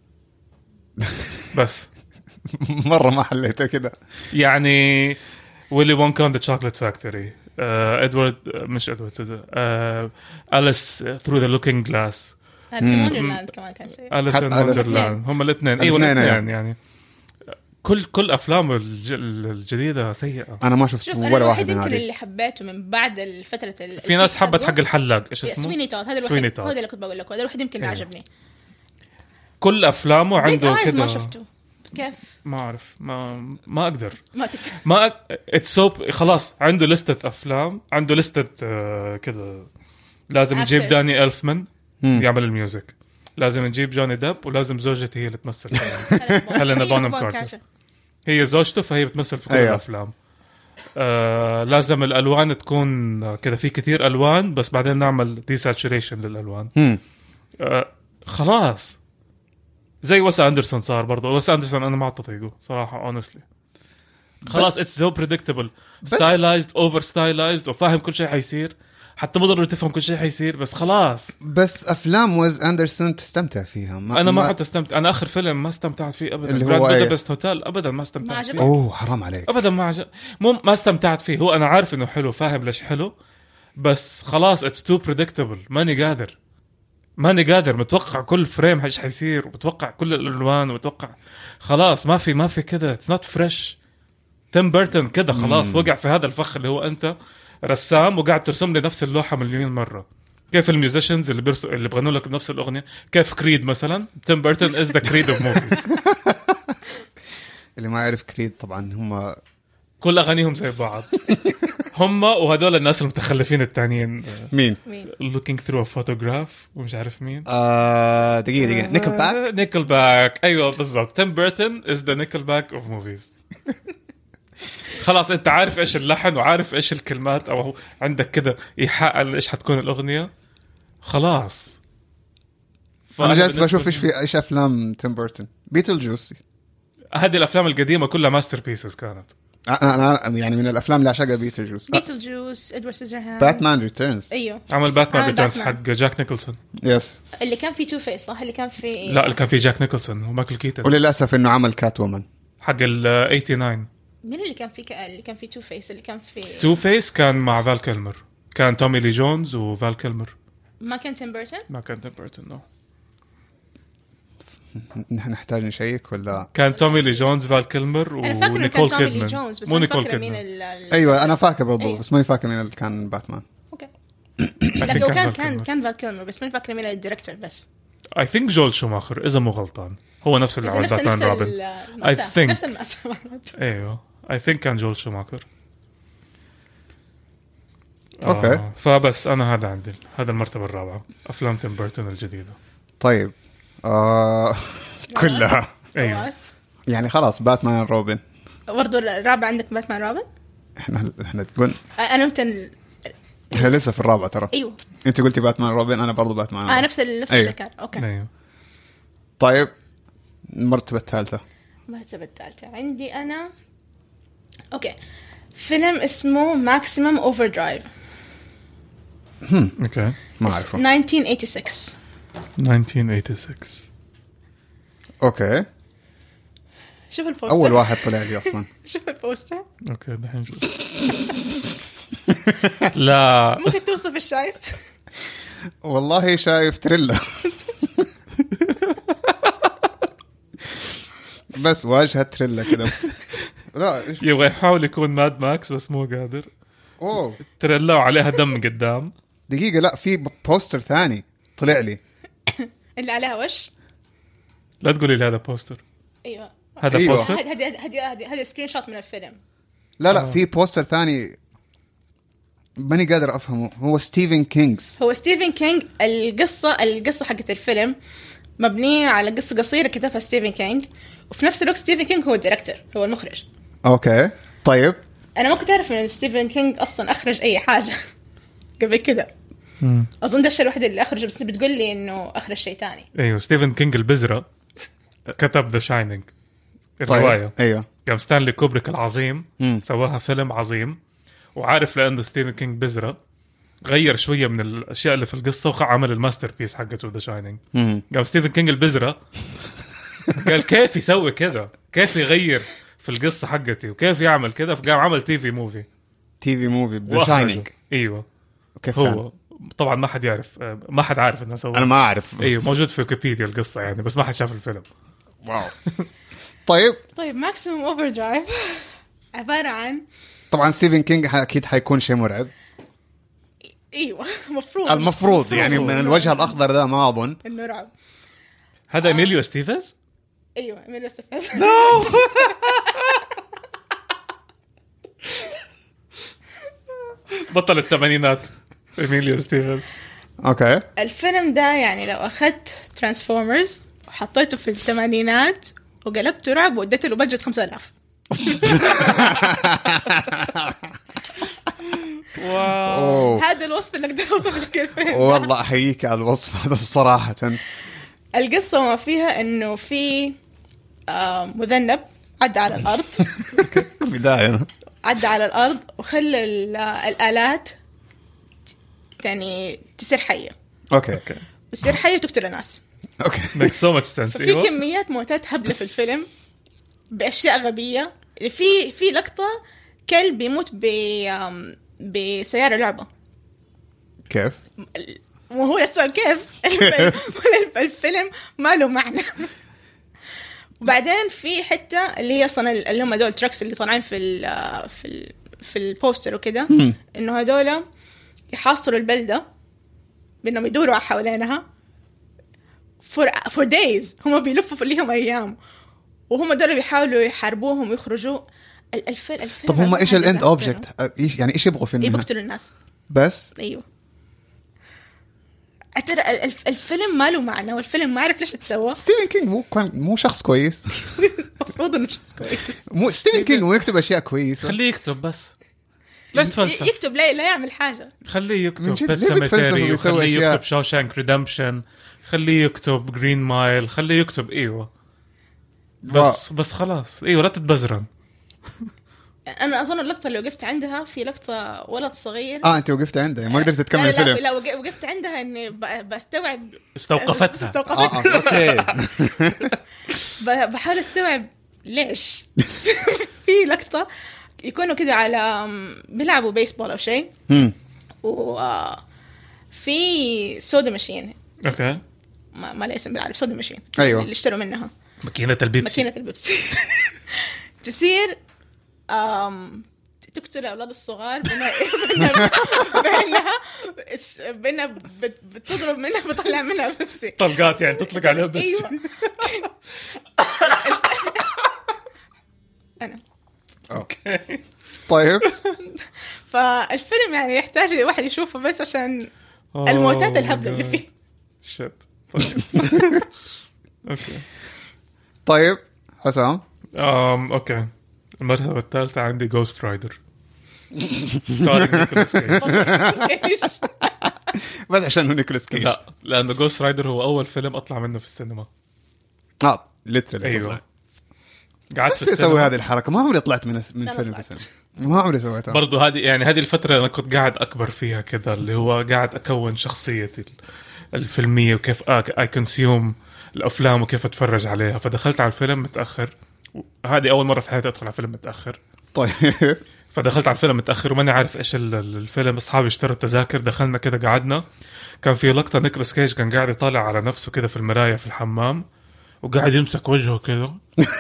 Speaker 2: بس
Speaker 1: مرة ما حليته كده.
Speaker 2: يعني ويلي وونكا اند ذا شوكليت فاكتوري، ادوارد مش ادوارد سيزر، أليس ثرو ذا لوكينج جلاس،
Speaker 3: أليس إن وندرلاند كمان كان سيء.
Speaker 2: أليس إن وندرلاند هم الاثنين. ايوه الاثنين يعني كل افلامه الجديده سيئه.
Speaker 1: انا ما شفت ولا واحد من
Speaker 3: هذه. اللي حبيته من بعد الفتره
Speaker 2: في ناس حبت حق الحلاق ايش اسمه
Speaker 3: سويني تود. هذا الوحيد هو اللي كنت بقول لك، هذا الوحيد يمكن اللي عجبني.
Speaker 2: كل افلامه عنده كده.
Speaker 3: ما شفته كيف
Speaker 2: ما اعرف ما اقدر
Speaker 3: ما
Speaker 2: اتسوب خلاص. عنده لستة افلام، عنده لستة كده. لازم نجيب داني ألفمان يعمل الميوزك، لازم نجيب جوني ديب، ولازم زوجتي هي اللي تمثل. هيلينا بونهام كارتر هي زوجته، فهي بتمثل في كل الافلام. لازم الالوان تكون كده، في كتير الوان، بس بعدين نعمل ديساتوريشن للالوان. خلاص زي وس أندرسون صار برضه. وس أندرسون أنا ما أعطيته صراحة honestly. خلاص it's so predictable, stylized over stylized، وفاهم كل شيء حيصير. حتى ما ضروري تفهم كل شيء حيصير، بس خلاص.
Speaker 1: بس افلام ويز اندرسون تستمتع فيها.
Speaker 2: انا ما حتى استمتع. انا اخر فيلم ما استمتعت فيه ابدا،
Speaker 1: اللي هو
Speaker 2: جراند
Speaker 1: أيه؟
Speaker 2: بودابست هوتيل، ابدا ما استمتعت فيه.
Speaker 1: اوه حرام عليك.
Speaker 2: ابدا ما استمتعت فيه. هو انا عارف انه حلو، فاهم ليش حلو، بس خلاص اتس تو بريدكتبل. ماني قادر متوقع كل فريم ايش حيصير، ومتوقع كل الالوان، ومتوقع خلاص ما في كده. اتس نوت فريش. تيم بيرتون كده خلاص وقع في هذا الفخ اللي هو انت رسام وقاعد ترسم لي نفس اللوحه مليون مره. كيف الميوزيشنز اللي بغنوا لك نفس الاغنيه، كيف كريد مثلا. تيم بيرتون از ذا كريد اوف موفيز.
Speaker 1: اللي ما يعرف كريد طبعا هم
Speaker 2: كل اغانيهم زي بعض. هم وهدول الناس المتخلفين التانيين.
Speaker 1: مين؟
Speaker 2: looking through a photograph ومش عارف مين.
Speaker 1: دقيقة
Speaker 2: نيكل باك. ايوه بالضبط. تيم بيرتون is the نيكل باك of movies. خلاص انت عارف ايش اللحن وعارف ايش الكلمات، او عندك كده ايحاء ايش حتكون الاغنية. خلاص.
Speaker 1: انا جالس بشوف ايش افلام تيم بيرتون. بيتل جوس.
Speaker 2: هذه الافلام القديمة كلها ماستر بيسز كانت.
Speaker 1: انا يعني من الافلام اللي عشقها بيتل جوس،
Speaker 3: ادوارد سيزرهاند،
Speaker 1: باتمان ريتيرنز.
Speaker 3: ايوه
Speaker 2: عمل باتمان ريتيرنز حق جاك نيكلسون.
Speaker 1: يس
Speaker 3: اللي كان فيه تو فيس صح؟ اللي كان فيه
Speaker 2: لا اللي كان فيه جاك نيكلسون ومايكل كيتن.
Speaker 1: وللاسف انه عمل كات وومن
Speaker 2: حق ال 89.
Speaker 3: مين اللي كان فيه اللي كان فيه تو فيس؟ اللي كان فيه
Speaker 2: تو فيس كان مع فال كيلمر. كان تومي لي جونز وفال كيلمر.
Speaker 3: ما كان تيم بيرتون.
Speaker 2: ما كان تيم بيرتون نو.
Speaker 1: نحن نحتاج نشيك ولا
Speaker 2: كان تومي لي جونز فال كيلمر ونيكول كيدمان.
Speaker 3: مو نيكول كيدمان.
Speaker 1: ايوه انا فاكر برضو بس ماني فاكر مين اللي كان باتمان.
Speaker 3: اوكي. لكن كان فال كيلمر بس ماني فاكر مين الدايركتور. بس
Speaker 2: I think جول شوماخر اذا مو غلطان هو نفس اللي عمل باتمان روبن. I think
Speaker 3: نفس الناس.
Speaker 2: ايوه I think كان جول شوماخر.
Speaker 1: اوكي.
Speaker 2: فبس انا هذا عندي هذا المرتبة الرابعة افلام تيم بيرتون الجديدة.
Speaker 1: طيب كلها
Speaker 2: ايوه
Speaker 1: يعني خلاص باتمان روبن.
Speaker 3: برضو الرابع عندك باتمان روبن.
Speaker 1: احنا تقول
Speaker 3: انا
Speaker 1: احنا لسه في الرابعة ترى.
Speaker 3: ايوه
Speaker 1: انت قلتي باتمان روبن انا برضو باتمان
Speaker 3: نفس الشيء كان. اوكي
Speaker 2: ايوه.
Speaker 1: طيب المرتبة الثالثة
Speaker 3: عندي انا اوكي فيلم اسمه ماكسيمم اوفردرايف.
Speaker 2: اوكي
Speaker 1: ما اعرفه.
Speaker 3: 1986.
Speaker 1: اوكي
Speaker 3: شوف البوستر.
Speaker 1: اول واحد طلع لي اصلا.
Speaker 3: شوف البوستر.
Speaker 2: اوكي دحين نشوف. لا
Speaker 3: ممكن توصف الشايف.
Speaker 1: والله شايف تريلا. بس واجهة تريلا كده. لا
Speaker 2: يبغى يحاول يكون ماد ماكس بس مو قادر.
Speaker 1: اوه
Speaker 2: تريلا وعليها دم قدام.
Speaker 1: دقيقة لا في بوستر ثاني طلع لي.
Speaker 3: اللي عليها وش؟
Speaker 2: لا تقولي لي هذا بوستر.
Speaker 3: ايوه
Speaker 2: هذا
Speaker 1: أيوة.
Speaker 2: بوستر.
Speaker 3: هذا سكرين شوت من الفيلم.
Speaker 1: لا في بوستر ثاني ماني قادر افهمه. هو ستيفن كينج. القصة حقت الفيلم مبنية على قصة قصيرة كتبها ستيفن كينج، وفي نفس الوقت ستيفن كينج هو الديركتور، هو المخرج. اوكي طيب
Speaker 3: انا ما كنت اعرف ان ستيفن كينج اصلا اخرج اي حاجة قبل كده. اظن ده الشيء الوحيد اللي اخرجه، بس بتقول لي انه اخرج شيء تاني.
Speaker 2: ايوه ستيفن كينج البذرة كتب ذا شاينينج الرواية.
Speaker 1: طيب. ايوه
Speaker 2: قام ستانلي كوبريك العظيم سواها فيلم عظيم، وعارف لأنه ستيفن كينج بذرة غير شوية من الأشياء اللي في القصة وعمل الماستر بيس حقته ذا شاينينج. قام ستيفن كينج البذرة قال كيف يسوي كذا، كيف يغير في القصة حقتي وكيف يعمل كذا، فقام عمل تي في موفي ذا شاينينج. ايوه
Speaker 1: كيف
Speaker 2: هو
Speaker 1: كان؟
Speaker 2: طبعا ما حد يعرف، ما حد عارف انه سوى.
Speaker 1: انا ما اعرف.
Speaker 2: ايوه موجود في ويكيبيديا القصة يعني، بس ما حد شاف الفيلم.
Speaker 1: واو. طيب
Speaker 3: ماكسيمم اوفردرايف عبارة عن
Speaker 1: طبعا ستيفن كينج اكيد حيكون شيء مرعب.
Speaker 3: ايوه
Speaker 1: المفروض يعني من الوجه الاخضر ده ما اظن
Speaker 3: انه رعب.
Speaker 2: هذا إيميليو ستيفنز.
Speaker 3: ايوه إيميليو ستيفنز.
Speaker 2: بطل الثمانينات إيميليو ستيفنز.
Speaker 1: اوكي
Speaker 3: الفيلم ده يعني لو اخذت ترانسفورمرز وحطيته في الثمانينات وقلبته رعب واديته له بجت 5000.
Speaker 2: واو
Speaker 3: هذا الوصف اللي اقدر اوصف لك الفيلم.
Speaker 1: والله احييك على الوصف هذا بصراحه.
Speaker 3: القصه ما فيها انه في مذنب عدى على الارض.
Speaker 1: بدايه
Speaker 3: عدى على الارض وخلى الالات يعني تصير حية،
Speaker 1: اوكي
Speaker 3: تصير حية وتقتل الناس.
Speaker 1: اوكي
Speaker 2: makes so much sense.
Speaker 3: ففي
Speaker 2: ايوه
Speaker 3: كميات موتات هبلة في الفيلم بأشياء غبية. في لقطة كلب يموت بسيارة لعبة.
Speaker 1: كيف؟
Speaker 3: وهو السؤال كيف؟ الفيلم ما له معنى. وبعدين في حتة اللي هي أصلا اللي هم دول تراكس اللي طالعين في البوستر وكده، إنه هدول يحاصروا البلدة بإنهم يدوروا حوالينها for days. هم بيلفوا ليهم أيام وهم دول بيحاولوا يحاربوهم ويخرجوا. الفيلم
Speaker 1: طب هم ايش الاند اوبجكت؟ ايش يعني ايش يبغوا في النهاية؟
Speaker 3: يقتلوا الناس
Speaker 1: بس.
Speaker 3: ايوه ترى الفيلم ما له معنى، والفيلم ما عرف ليش اتسوى.
Speaker 1: ستيفن كينج مو شخص كويس.
Speaker 3: المفروض انه شخص كويس.
Speaker 1: مو ستيفن كينج مو يكتب اشياء كويسه.
Speaker 2: خليه يكتب بس، لا تفلسف.
Speaker 3: يكتب لا يعمل حاجه.
Speaker 2: خليه يكتب
Speaker 1: من جد،
Speaker 2: بيت
Speaker 1: ليه بتفلسف
Speaker 2: سيمتري،
Speaker 1: وبيسوي
Speaker 2: وخليه
Speaker 1: أشياء؟
Speaker 2: يكتب شاوشانك ريدمبشن، خليه يكتب جرين مايل، خليه يكتب ايوه بس خلاص ايوه لا تتبزرن.
Speaker 3: انا اظن اللقطه اللي وقفت عندها في لقطه ولد صغير.
Speaker 1: انت وقفت عندها ما قدرت تكمل الفيلم.
Speaker 3: لا وقفت عندها اني بستوعب.
Speaker 2: استوقفتها.
Speaker 1: اوكي.
Speaker 3: بحاول استوعب ليش. في لقطه يكونوا كده على بيلعبوا بيسبول او شيء، وفي سودا ماشين.
Speaker 2: اوكي
Speaker 3: ما له اسم بالعربي، سودا ماشين.
Speaker 1: أيوة.
Speaker 3: اللي اشتروا منها
Speaker 2: ماكينة البيبسي.
Speaker 3: تصير تقتل أولاد الصغار بينها بتضرب منها بطلع منها بيبسي
Speaker 2: طلقات، يعني تطلق عليها بيبسي.
Speaker 3: أيوة. أنا
Speaker 1: اوكي طيب.
Speaker 3: فالفيلم يعني يحتاج واحد يشوفه بس عشان الموتات الهبلة اللي فيه.
Speaker 2: شت. اوكي
Speaker 1: طيب حسام.
Speaker 2: اوكي المرتبة الثالثة عندي جوست رايدر. ستارينج نيكولاس كيج.
Speaker 1: بس عشان هو نيكولاس كيج.
Speaker 2: لا لأنه جوست رايدر هو أول فيلم أطلع منه في السينما.
Speaker 1: ليترالي.
Speaker 2: أيوة قعدت
Speaker 1: بس يسوي هذه الحركة. ما عمري طلعت من فيلم
Speaker 3: طلعت.
Speaker 1: بسنة. ما عمري سويتها.
Speaker 2: برضو هذه الفترة أنا كنت قاعد أكبر فيها كذا، اللي هو قاعد أكون شخصيتي الفيلمية وكيف I consume الأفلام وكيف أتفرج عليها. فدخلت على الفيلم متأخر، هذه أول مرة في حياتي أدخل على فيلم متأخر.
Speaker 1: طيب.
Speaker 2: فدخلت على الفيلم متأخر وماني عارف إيش الفيلم. أصحابي اشتروا التذاكر، دخلنا كده قعدنا. كان في لقطة نيكولاس كيج كان قاعد يطالع على نفسه كده في المراية في الحمام وقاعد يمسك وجهه كده.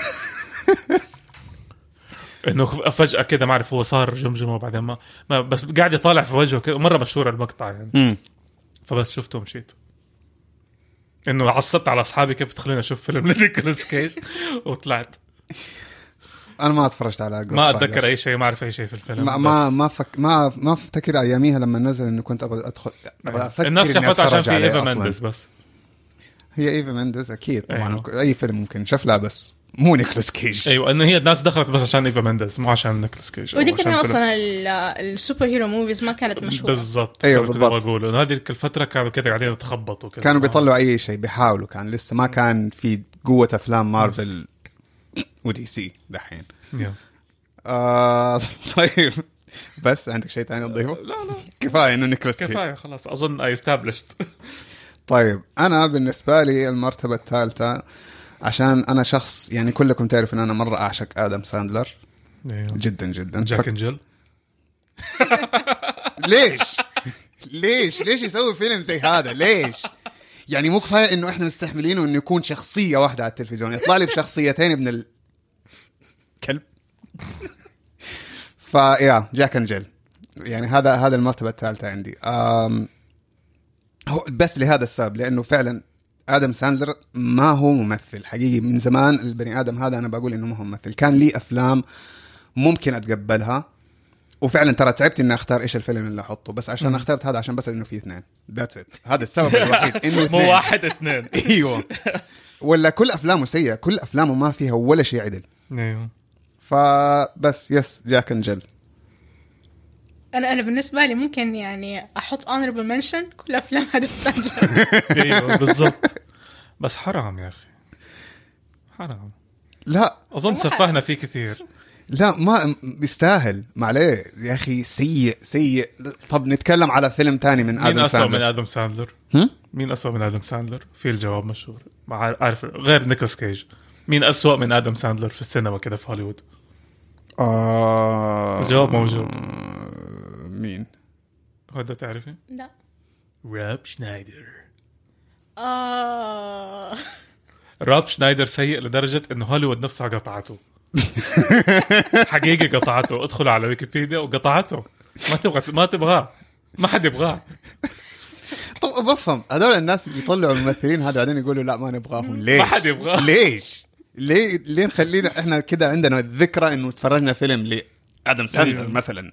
Speaker 2: إنه فجأة كده ما أعرف هو صار جمجمة وبعدين ما بس قاعد يطالع في وجهه كده. مرة مشهور المقطع يعني. فبس شفته ومشيت. إنه عصبت على أصحابي كيف تخليني أشوف فيلم لنيكولاس كيج وطلعت.
Speaker 1: انا ما اتفرجت على
Speaker 2: ما اتذكر اي شيء، ما اعرف اي شيء في الفيلم.
Speaker 1: ما افتكر اياميها لما نزل انه كنت ابغى ادخل افكر.
Speaker 2: الناس شافته عشان في ايفا مندس بس.
Speaker 1: هي ايفا مندس اكيد طبعا.
Speaker 2: أيوه.
Speaker 1: اي فيلم ممكن شفلها بس مو نيكولاس كيج.
Speaker 2: ايوه انه هي الناس دخلت بس عشان ايفا مندس مو عشان نيكولاس كيج.
Speaker 3: ودي كان اصلا السوبر هيرو موفيز ما كانت مشهوره
Speaker 2: بالضبط.
Speaker 1: ايوه بالضبط.
Speaker 2: بقول انه هذه الفتره كانوا كده قاعدين يتخبطوا كده،
Speaker 1: كانوا بيطلعوا اي شيء بيحاولوا. كان لسه ما كان في قوه افلام مارفل ودي سي دحين. طيب بس عندك شيء ثاني تضيفه؟
Speaker 2: لا
Speaker 1: كفايه انه نيكولاس كيج.
Speaker 2: كفايه خلاص اظن اي استابلشت.
Speaker 1: طيب انا بالنسبه لي المرتبه الثالثه، عشان انا شخص يعني كلكم تعرف ان انا مره اعشق ادم ساندلر. جدا جدا.
Speaker 2: جاك انجل.
Speaker 1: ليش يسوي فيلم زي هذا؟ ليش يعني مو كفايه انه احنا مستحملينه انه يكون شخصيه واحده على التلفزيون، يطلع لي بشخصيتين ابن الكلب. فيا جاك انجل يعني هذا المرتبه الثالثه عندي. هو بس لهذا السبب، لانه فعلا آدم ساندلر ما هو ممثل حقيقي. من زمان البني آدم هذا أنا بقول إنه ما هو ممثل. كان لي أفلام ممكن أتقبلها، وفعلا ترى تعبت إني أختار إيش الفيلم اللي أحطه، بس عشان اخترت هذا عشان بس إنه فيه اثنين. That's it. هذا السبب الوحيد إنه اثنين.
Speaker 2: مو واحد اثنين.
Speaker 1: أيوه. ولا كل أفلامه سيئة، كل أفلامه ما فيها ولا شيء عدل.
Speaker 2: ايوه.
Speaker 1: فبس يس جاك انجل.
Speaker 3: انا بالنسبه لي ممكن يعني احط honorable mention كل افلام آدم ساندلر.
Speaker 2: ايوه بالضبط. بس حرام يا اخي، حرام.
Speaker 1: لا
Speaker 2: اظن سفهنا فيه كثير.
Speaker 1: لا ما بيستاهل ما عليه يا أخي سيء. طب نتكلم على فيلم تاني من
Speaker 2: مين
Speaker 1: آدم
Speaker 2: أسوأ من
Speaker 1: ساندلر.
Speaker 2: آدم ساندلر؟ مين أسوأ من آدم ساندلر؟ في الجواب مشهور عارف غير نيكولاس كيج. مين أسوأ من آدم ساندلر في السينما كده في هوليوود؟ الجواب موجود.
Speaker 1: مين؟
Speaker 2: هذا تعرفي؟
Speaker 3: لا.
Speaker 2: روب شنايدر. روب شنايدر سيء لدرجة إنه هوليوود نفسها قطعته. حقيقي قطعته. ادخلوا على ويكيبيديا وقطعته. ما تبغاه. ما حد يبغاه.
Speaker 1: طب بفهم هذول الناس بيطلعوا الممثلين هذا بعدين يقولوا لا ما نبغاهم. ليش؟
Speaker 2: ما حد يبغاه.
Speaker 1: ليش؟ ليه نخلينا احنا كده عندنا الذكرى انه تفرجنا فيلم لآدم ساندلر مثلا.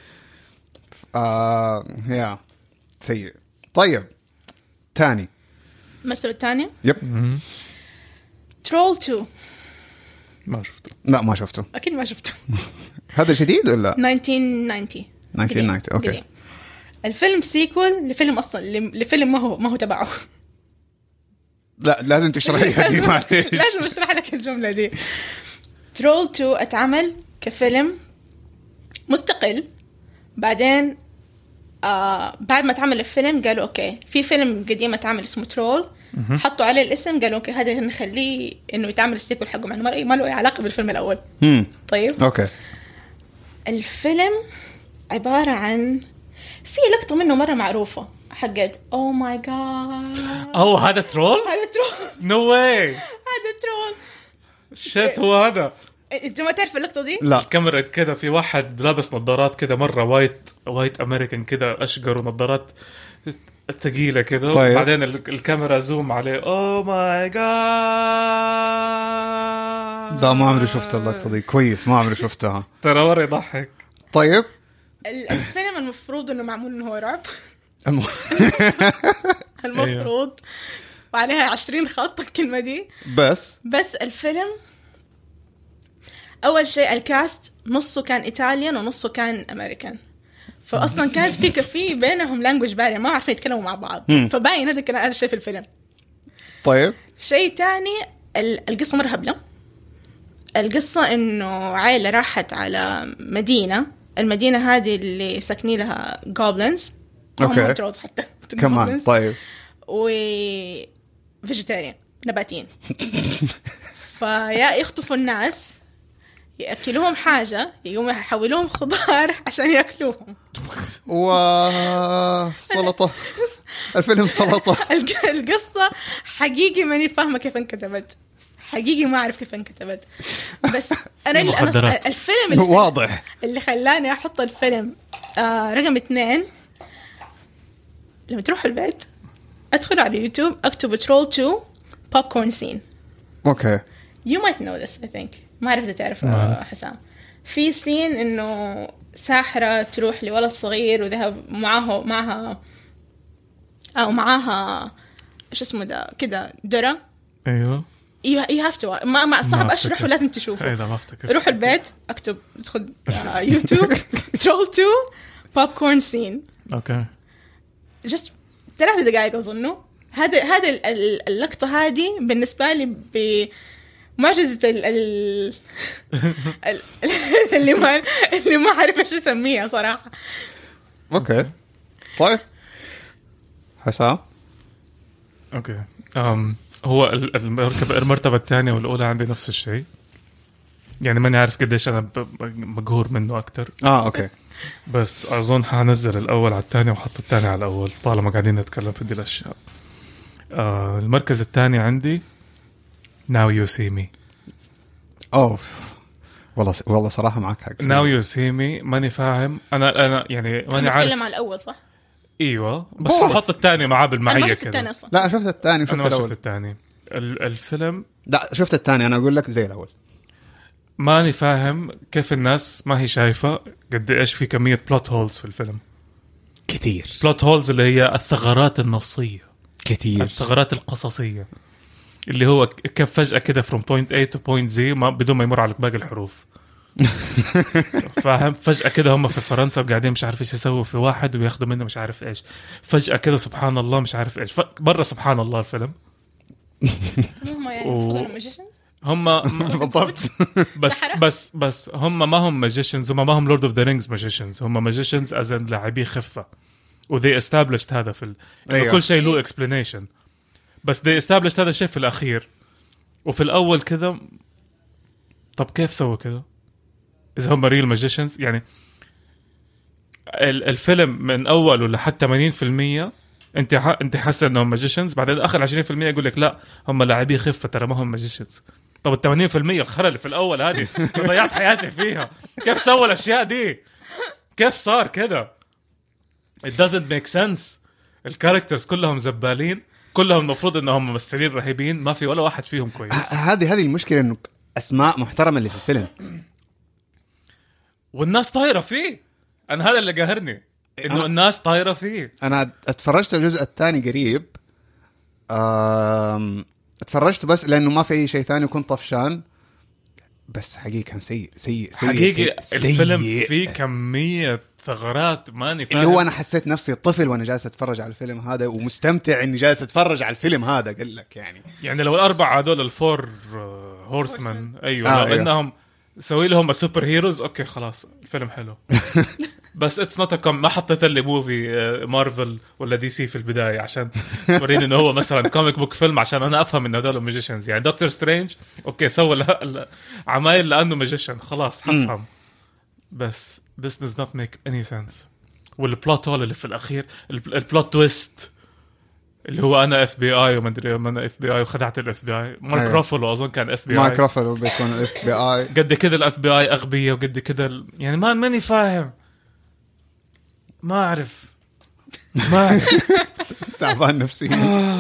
Speaker 1: يا سيء. طيب تاني
Speaker 3: المرتبة الثانية
Speaker 1: يب
Speaker 3: ترول 2.
Speaker 2: ما شفته.
Speaker 1: لا ما شفته.
Speaker 3: أكيد ما شفته.
Speaker 1: هذا جديد ولا
Speaker 3: 1990
Speaker 1: اوكي
Speaker 3: قديم. الفيلم سيكول لفيلم أصلا لفيلم ما هو تبعه.
Speaker 1: لا لازم تشرح لي هذه معلش.
Speaker 3: لازم أشرح لك الجملة دي. ترول 2 اتعمل كفيلم مستقل. بعدين بعد ما اتعمل الفيلم قالوا أوكي في فيلم قديم اتعمل اسمه ترول حطوا عليه الاسم قالوا أوكي هذا نخليه إنه يتعمل السيكول حقه مع ما له أي علاقة بالفيلم الأول. طيب
Speaker 1: اوكي.
Speaker 3: الفيلم عبارة عن في لقطة منه مرة معروفة حقت أوه ماي جاد.
Speaker 2: هذا ترول. نو واي.
Speaker 3: هذا ترول.
Speaker 2: شت هو هذا.
Speaker 3: انت ما تعرف اللقطة دي؟
Speaker 1: لا
Speaker 2: الكاميرا كده في واحد لابس نظارات كده مرة وايت أمريكان كده أشقر ونظارات ثقيلة كده.
Speaker 1: طيب.
Speaker 2: بعدين الكاميرا زوم عليه أوه ماي جاد.
Speaker 1: لا ما عمري شفت اللقطة دي كويس ما عمري شفتها.
Speaker 2: ترى مرة يضحك.
Speaker 1: طيب
Speaker 3: الفيلم المفروض انه معمول انه هو رعب.
Speaker 1: الم...
Speaker 3: المفروض وعليها 20 خط الكلمة دي.
Speaker 1: بس
Speaker 3: الفيلم اول شيء الكاست نصه كان ايطاليان ونصه كان امريكان. فاصلا كانت في بينهم لانجويج بارير ما عارفين يتكلموا مع بعض. فباين هذا كان هذا الشيء في الفيلم.
Speaker 1: طيب
Speaker 3: شيء تاني القصة مرة هبلة. القصة إنه عائلة راحت على المدينة هذه اللي ساكنين لها goblins.
Speaker 1: أوكي.
Speaker 3: هم حتى
Speaker 1: كمان. طيب
Speaker 3: فيجيتيريان نباتيين. فيا يخطفوا الناس يأكلوهم حاجة يقوموا يحولوهم خضار عشان يأكلوهم.
Speaker 1: سلطة. الفيلم سلطة.
Speaker 3: القصة حقيقي ماني فاهمة كيف انكتبت. حقيقي ما أعرف كيف انكتبت. بس أنا الفيلم
Speaker 1: واضح
Speaker 3: اللي خلاني أحط الفيلم رقم 2. لما تروحوا البيت أدخلوا على يوتيوب أكتبوا ترول 2 popcorn scene.
Speaker 1: أوكي.
Speaker 3: You might know this I think. ما أعرف إذا تعرف حسام. في سين إنه ساحرة تروح لولد صغير وذهب معاها إيش اسمه ده كده درة.
Speaker 2: أيوه.
Speaker 3: You have to ما صعب أشرح ولازم تشوفه.
Speaker 2: أيوة ما أفتكر.
Speaker 3: روح البيت أكتب ادخل يوتيوب ترول 2 popcorn scene.
Speaker 2: أوكي.
Speaker 3: just 3 دقائق أظنه. هذا اللقطة هذه بالنسبة لي بمعجزة اللي ما أعرف إيش أسميها صراحة.
Speaker 1: أوكي. طيب حسام.
Speaker 2: أوكي. هو المرتبة الثانية والأولى عندي نفس الشيء. يعني ماني عارف قديش أنا مقهور منه أكتر.
Speaker 1: أوكي.
Speaker 2: بس أظن هنزل الأول على الثاني وحط الثاني على الأول طالما قاعدين نتكلم في دي الأشياء. المركز الثاني عندي Now You See Me.
Speaker 1: والله صراحة معك حق.
Speaker 2: Now You See Me ماني فاهم. أنا يعني ماني عارف.
Speaker 3: نتكلم على الأول صح؟
Speaker 2: ايوه بس هحط الثاني معاه بالمعيه كده.
Speaker 1: لا شفت الثاني وشفت الاول.
Speaker 2: شفت الثاني الفيلم.
Speaker 1: لا شفت الثاني انا اقول لك زي الاول.
Speaker 2: ماني فاهم كيف الناس ما هي شايفه قد ايش في كميه بلوت هولز في الفيلم.
Speaker 1: كثير
Speaker 2: بلوت هولز اللي هي الثغرات النصيه.
Speaker 1: كثير
Speaker 2: الثغرات القصصيه اللي هو كيف فجاه كده from point A to point Z بدون ما يمر عليك باقي الحروف. فاهم فجأة كده هم في فرنسا وقاعدين مش عارف ايش يسووا في واحد وياخدوا منه مش عارف ايش. فجأة كده سبحان الله مش عارف ايش. مرة سبحان الله الفيلم.
Speaker 3: هم يعني
Speaker 2: هم
Speaker 1: بالضبط.
Speaker 2: بس هم ما هم ماجيشنز، هم ما هم لورد اوف ذا رينجز ماجيشنز، هم ماجيشنز از ان لاعبي خفه. وذي استابلشت هذا في
Speaker 1: أيوة.
Speaker 2: كل شيء له اكسبلانيشن، بس ذي استابلشت هذا الشيء في الاخير. وفي الاول كذا طب كيف سووا كذا اذا هم ريل ماجيشنز؟ يعني الفيلم من اوله لحتى 80% انت حاسه انهم ماجيشنز، بعدين اخر 20% يقول لك لا هم لاعبي خفه ترى ما هم ماجيشنز. طب ال 80% الخرا اللي في الاول هذه ضيعت حياتي فيها، كيف سووا الاشياء دي؟ كيف صار كذا؟ it doesn't make sense. الكاركترز كلهم زبالين، كلهم المفروض انهم ممثلين رهيبين، ما في ولا واحد فيهم كويس.
Speaker 1: هذه المشكله، انه اسماء محترمه اللي في الفيلم
Speaker 2: والناس طايره فيه. انا هذا اللي قاهرني، انه الناس طايره فيه.
Speaker 1: انا اتفرجت الجزء الثاني قريب، اتفرجت بس لانه ما في اي شيء ثاني وكنت طفشان، بس حقيقي كان سيء
Speaker 2: حقيقي الفيلم فيه كميه ثغرات ماني فاهم.
Speaker 1: اللي هو انا حسيت نفسي طفل وانا جالس اتفرج على الفيلم هذا، ومستمتع اني جالس اتفرج على الفيلم هذا. قال لك يعني
Speaker 2: لو الاربعه هذول الفور هورسمان ايوه لو انهم سوي لهم سوبر هيروز اوكي خلاص الفيلم حلو. بس اتس نوت ما حطيت اللي موفي مارفل ولا دي سي في البدايه عشان وريني انه هو مثلا كوميك بوك فيلم عشان انا افهم ان هذول ماجيشنز. يعني دكتور سترينج اوكي سوى عمايل لانه ماجيشن خلاص حفهم، بس this does not make any sense. والبلوت هول اللي في الاخير البلوت تويست اللي هو انا اف بي اي وما ادري انا اف بي اي وخدعت الاف بي اي. مارك رافلو اظن كان اف بي اي.
Speaker 1: مارك رافلو بيكون الاف بي اي.
Speaker 2: قد كده الاف بي اي اغبيه وقد كده يعني ماني فاهم، ما اعرف
Speaker 1: تعبان نفسيا.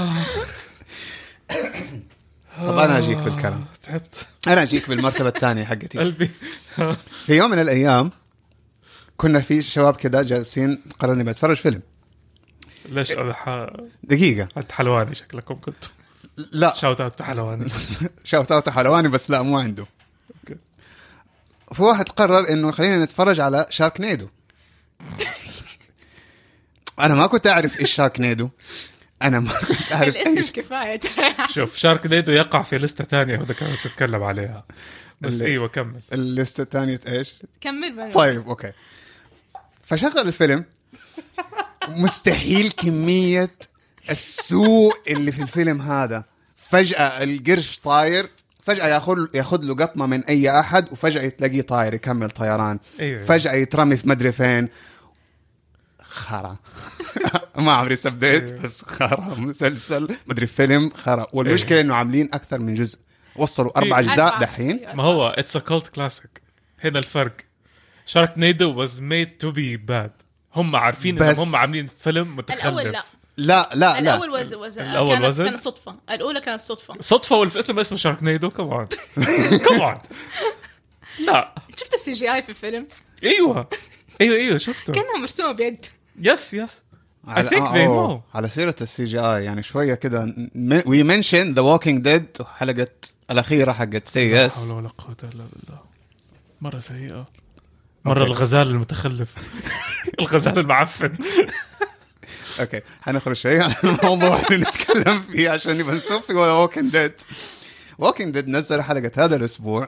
Speaker 1: طب انا اجيك بالكلام،
Speaker 2: تعبت.
Speaker 1: انا اجيك بالمرتبه الثانيه حقتي.
Speaker 2: قلبي
Speaker 1: في يوم من الايام كنا في شباب كده جالسين قررنا بنتفرج فيلم.
Speaker 2: ليش
Speaker 1: دقيقه
Speaker 2: انت حلواني شكلكم كنتوا؟
Speaker 1: لا
Speaker 2: شاوت اوت حلواني.
Speaker 1: شاوت اوت حلواني بس لا مو عنده.
Speaker 2: اوكي.
Speaker 1: في واحد قرر انه خلينا نتفرج على شارك نيدو. انا ما كنت اعرف ايش شارك نيدو، انا ما كنت اعرف
Speaker 3: الاسم كفايه.
Speaker 2: شوف شارك نيدو يقع في لستة تانية وده كانت تتكلم عليها بس ايوه كمل.
Speaker 1: الليستة الثانية ايش؟
Speaker 3: كمل.
Speaker 1: طيب اوكي. فشغل الفيلم، مستحيل كمية السوء اللي في الفيلم هذا. فجأة القرش طاير، فجأة ياخذ له قطمة من اي احد، وفجأة تلاقيه طاير يكمل طيران.
Speaker 2: أيوة.
Speaker 1: فجأة يترمي في مدري فين. خرا. ما عمري سبديت بس خرا مسلسل مدري فيلم خرا. والمشكلة انه عاملين اكثر من جزء، وصلوا 4 أجزاء دحين.
Speaker 2: ما هو it's a cult classic. هنا الفرق. شارك نيدو was made to be bad. هم عارفين إنهم هم عاملين فيلم متخلف.
Speaker 3: الأول
Speaker 1: لا
Speaker 3: الأول كانت صدفة. الأولى كانت صدفة
Speaker 2: والفيلم اسمه شارك نيدو. كمان لا
Speaker 3: شفت السي جي آي في الفيلم؟
Speaker 2: ايوه شفته
Speaker 3: كانها مرسومة بيد.
Speaker 2: يس I think they know.
Speaker 1: على سيرة السي جي آي يعني شوية كده we mentioned The Walking Dead حلقة الأخيرة حقت سي
Speaker 2: لا
Speaker 1: يس.
Speaker 2: حول ولا قوة إلا بالله. مرة سيئة. مرة الغزال المتخلف. الغزال المعفن.
Speaker 1: اوكي حنخرج شوي عن الموضوع اللي نتكلم فيه عشان نبقى نسوي في Walking Dead. Walking Dead نزل حلقة هذا الأسبوع.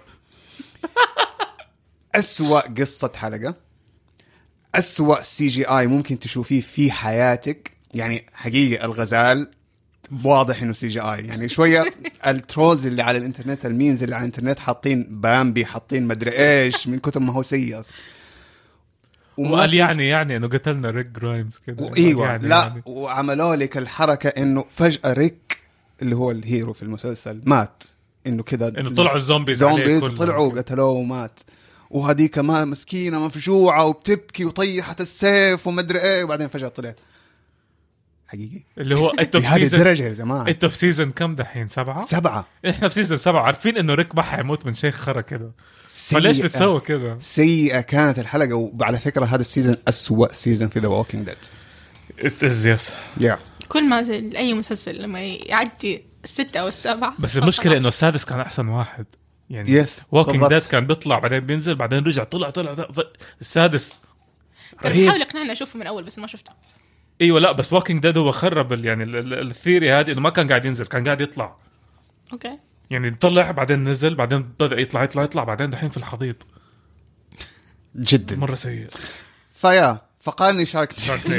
Speaker 1: أسوأ قصة حلقة، أسوأ سي جي آي ممكن تشوفيه في حياتك. يعني حقيقة الغزال واضح إنه سي جي آي. يعني شوية الترولز اللي على الإنترنت، الميمز اللي على الإنترنت حاطين بامبي، حاطين مدري إيش من كتب ما هو سيء.
Speaker 2: وقال يعني إنه قتلنا ريك جرايمز كده.
Speaker 1: ايوه
Speaker 2: يعني
Speaker 1: لا
Speaker 2: يعني.
Speaker 1: وعملوا لك الحركه انه فجاه ريك اللي هو الهيرو في المسلسل مات، انه كذا
Speaker 2: انه طلعوا الزومبيز
Speaker 1: طلعوا وقتلوه ومات. وهذيك ما مسكينه مفجوعه وبتبكي وطيحت السيف ومدري ايه، وبعدين فجاه طلعت حقيقي.
Speaker 2: اللي هو انتوا في
Speaker 1: هذه الدرجه يا جماعه.
Speaker 2: انتوا في سيزن كم دحين؟ 7. احنا في سيزن 7 عارفين انه ريك ما حيموت من شيخ خرا كده. فليش بتسوي كده؟
Speaker 1: سيئة كانت الحلقة. وعلى فكرة هذا السيزن أسوأ سيزن في The Walking Dead.
Speaker 2: It is yes.
Speaker 1: Yeah.
Speaker 3: كل ما أي مسلسل لما يعدي 6 أو 7.
Speaker 2: بس المشكلة إنه السادس كان أحسن واحد. يعني Walking Dead كان بيطلع بعدين بينزل بعدين رجع طلع السادس.
Speaker 3: كان بحاول يقنعني أشوفه من أول بس ما شفته.
Speaker 2: ايوه لا بس Walking Dead هو خرب يعني الثيري هذه انه ما كان قاعد ينزل، كان قاعد يطلع.
Speaker 3: اوكي.
Speaker 2: يعني طلع بعدين نزل بعدين بدأ يطلع بعدين دحين في الحضيض
Speaker 1: جدا
Speaker 2: مرة سيء.
Speaker 1: فقالني شارك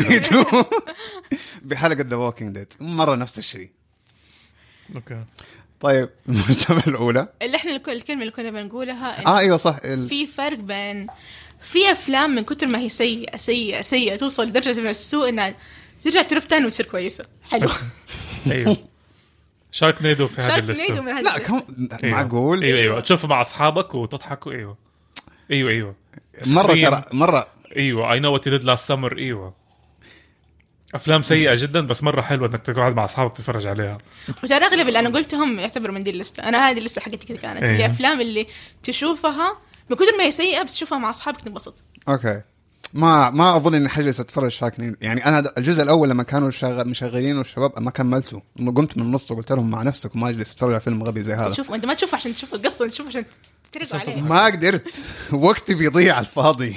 Speaker 1: بحلقة The Walking Dead مرة نفس الشيء.
Speaker 2: اوكي
Speaker 1: طيب المرتبة الأولى
Speaker 3: اللي احنا الكلمة اللي كنا بنقولها
Speaker 1: ايوه صح
Speaker 3: في فرق بين في افلام من كتر ما هي سيئة توصل لدرجة من السوء انها ترجع تروح تاني وتصير كويسة. حلو.
Speaker 2: ايوه شارك نيدو في هذه
Speaker 3: شارك نيدو
Speaker 2: الليستة.
Speaker 3: من هذه
Speaker 1: لا
Speaker 3: الليستة.
Speaker 1: معقول.
Speaker 2: ايوه تشوفه مع اصحابك وتضحكوا. ايوه
Speaker 1: مرة
Speaker 2: ايوه I know what you did last summer. ايوه افلام سيئة جدا بس مرة حلوة انك تقعد مع اصحابك تتفرج عليها.
Speaker 3: وترى اغلب اللي انا قلتهم يعتبروا من دي الليستة. انا هذه الليستة حقتي كذا كانت اللي افلام اللي تشوفها من كتر ما هي سيئة بس تشوفها مع اصحابك تنبسط.
Speaker 1: اوكي ما اظن اني حجلس اتفرج شارك نيدو. يعني انا الجزء الاول لما كانوا مشغلين والشباب ما كملته قمت من النص وقلت لهم مع نفسك وما اجلس اتفرج على فيلم غبي زي هذا.
Speaker 3: شوف انت ما تشوف عشان تشوف القصة تشوف عشان تتريق عليه.
Speaker 1: ما قدرت وقتي بيضيع على الفاضي.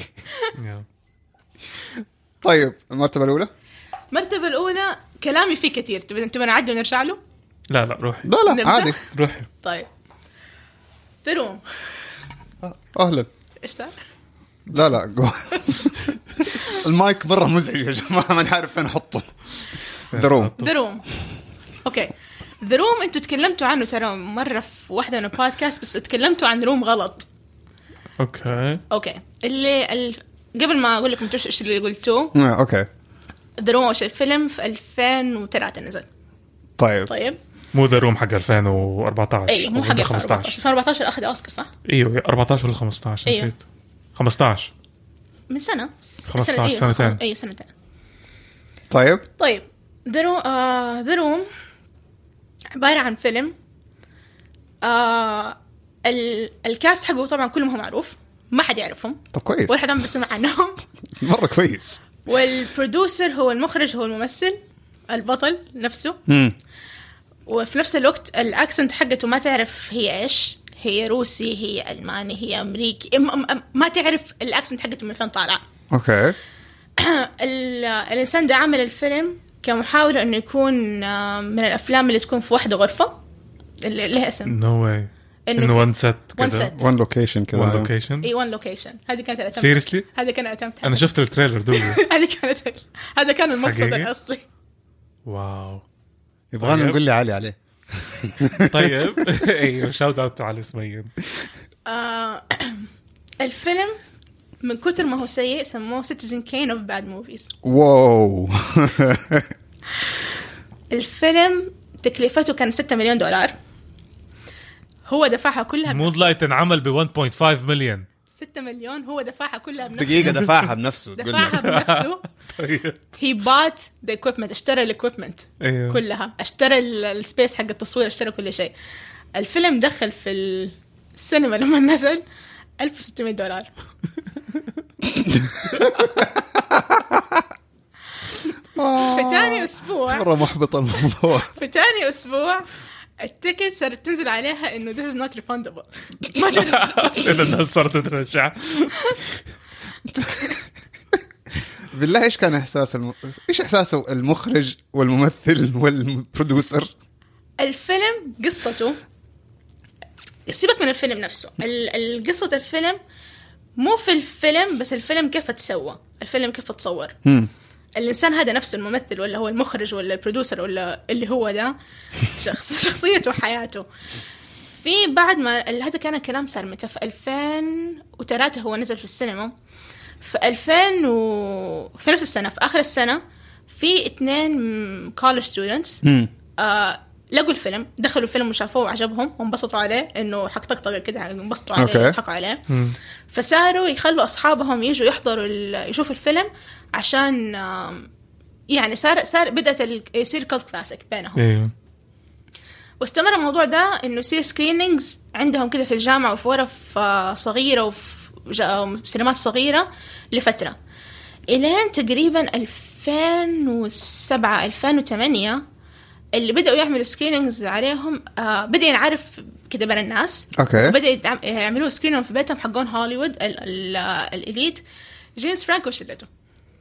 Speaker 1: طيب المرتبة الأولى
Speaker 3: المرتبة الأولى كلامي فيه كتير تبي نعدي ونرجع له.
Speaker 2: لا روحي
Speaker 1: لا
Speaker 3: نبدأ؟
Speaker 1: عادي
Speaker 2: روحي.
Speaker 3: طيب The Room
Speaker 1: أهلا.
Speaker 3: إيش صار؟
Speaker 1: لا المايك برا مزعج يا جماعة ما نعرف فين نحطه. The Room
Speaker 3: أوكي The Room أنتوا تكلمتوا عنه ترى مرة في واحدة من البودكاست بس تكلمتوا عن روم غلط. أوكي اللي قبل ما أقول لكم إيش اللي قلتوه.
Speaker 1: أوكي
Speaker 3: The Room الفيلم في 2003 نزل. طيب
Speaker 2: مو ذا روم حق 2014.
Speaker 3: اي مو حق 2014 اخذ اوسكار صح.
Speaker 2: ايوه 14 ولا 15 نسيت. 15
Speaker 3: من سنه
Speaker 2: 15 سنتين.
Speaker 3: اي سنتين.
Speaker 1: طيب
Speaker 3: ذا روم عباره عن فيلم الكاست حقه طبعا كلهم معروف ما حد يعرفهم.
Speaker 1: طب كويس
Speaker 3: ولا حد عم بسمع عنهم.
Speaker 1: مره كويس.
Speaker 3: والبرودوسر هو المخرج هو الممثل البطل نفسه. وفي نفس الوقت الأكسنت حقته ما تعرف هي إيش. هي روسي هي ألماني هي أمريكي ما تعرف الأكسنت حقته من فين طالع.
Speaker 1: أوكي.
Speaker 3: الإنسان ده عمل الفيلم كمحاولة إنه يكون من الأفلام اللي تكون في واحدة غرفة اللي لها اسم.
Speaker 2: No way. إنه one set كذا.
Speaker 1: one location كذا.
Speaker 2: one location.
Speaker 3: إيه one location. هذه كانت الأتمت.
Speaker 2: Seriously.
Speaker 3: هذا كان الأتمت.
Speaker 2: أنا شفت التريلر دوبي.
Speaker 3: هذا كان المقصد الأصلي.
Speaker 2: واو.
Speaker 1: يبغانا نقول لي علي عليه.
Speaker 2: طيب ايوه شاوت اوت على اسمين.
Speaker 3: الفيلم من كتر ما هو سيء سموه Citizen Kane of Bad Movies.
Speaker 1: واو.
Speaker 3: الفيلم تكلفته كان $6 مليون. هو دفعها كلها.
Speaker 2: مود لايت انعمل ب 1.5 مليون.
Speaker 3: 6 مليون هو دفعها كلها بنفسه.
Speaker 1: دقيقة دفعها بنفسه.
Speaker 3: دفعها بنفسه. he bought the equipment. اشترى الاكويبمنت كلها. اشترى السبيس حق التصوير. اشترى كل شيء. الفيلم دخل في السينما لما نزل $1,600. في تاني أسبوع
Speaker 1: مرة محبط الموضوع.
Speaker 3: في تاني أسبوع التيكت صارت تنزل عليها إنه this is not refundable.
Speaker 2: إذا الناس صارت ترجع.
Speaker 1: بالله إيش كان إحساس إيش إحساسه المخرج والممثل والبرودوسر؟
Speaker 3: الفيلم قصته سيبك من الفيلم نفسه. القصة الفيلم مو في الفيلم بس الفيلم كيف تسوى. الفيلم كيف تصور. الإنسان هذا نفسه الممثل ولا هو المخرج ولا البرودوسر ولا اللي هو ده شخصيته وحياته. في بعد ما هذا كان الكلام صار متى في 2003 هو نزل في السينما. في 2000 في نفس السنة في آخر السنة في 2 college students لقوا الفيلم دخلوا الفيلم وشافوه وعجبهم وانبسطوا عليه إنه حق طقطقة كده انبسطوا عليه ويضحكوا عليه. فصاروا يخلوا أصحابهم يجوا يحضروا يشوفوا الفيلم عشان يعني صار بدأت يصير كولت كلاسيك بينهم. واستمر الموضوع ده إنه يصير سكرينينجز عندهم كده في الجامعة وفي غرف صغيرة وفي سينمات صغيرة لفترة إلين تقريبا 2007 2008 اللي بدأوا يعملوا سكرينينجز عليهم. بدأ ينعرف كده بين الناس. بدأ يعملوا سكرينينج في بيتهم حقون هوليوود الإليت. جيمس فرانكو شدته.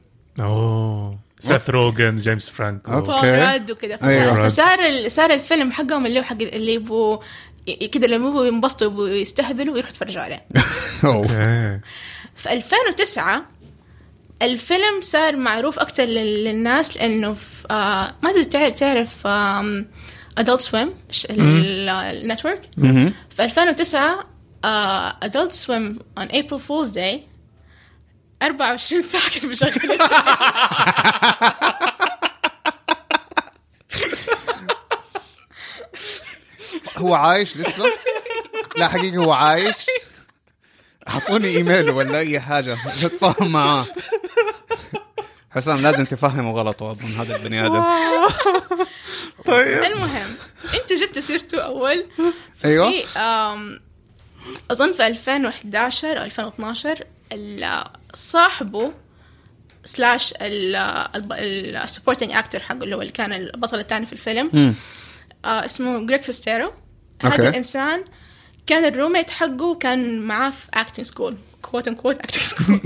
Speaker 2: سيث روجن جيمس فرانكو
Speaker 3: بول راد وكده. فصار الفيلم حقهم اللي هو حق اللي يبغوا كده لما هو ينبسطوا ويستهبلوا ويروحوا يتفرجوا عليه.
Speaker 2: اوكي.
Speaker 3: في 2009 الفيلم صار معروف أكتر للناس لأنه ما تدري تعرف Adult Swim النتورك. في 2009 Adult Swim on April Fool's Day 24 ساعة كنت بشغل.
Speaker 1: هو عايش لسه؟ لا حقيقي هو عايش. حطوني ايميل ولا اي حاجه نتفاهم معاه. حسام لازم تفهمه غلط اظن هذا البني ادم.
Speaker 2: طيب
Speaker 3: المهم انتوا جبتوا سيرته اول.
Speaker 1: ايوه
Speaker 3: في اظن في 2011 او 2012 صاحبه سلاش السبورتنج اكتر حقه اللي هو اللي كان البطل الثاني في الفيلم اسمه جريك سيستيرو. هذا الانسان كان الروميت حقه كان معاه في اكتنج سكول كوت ان كوت اكتنج سكول.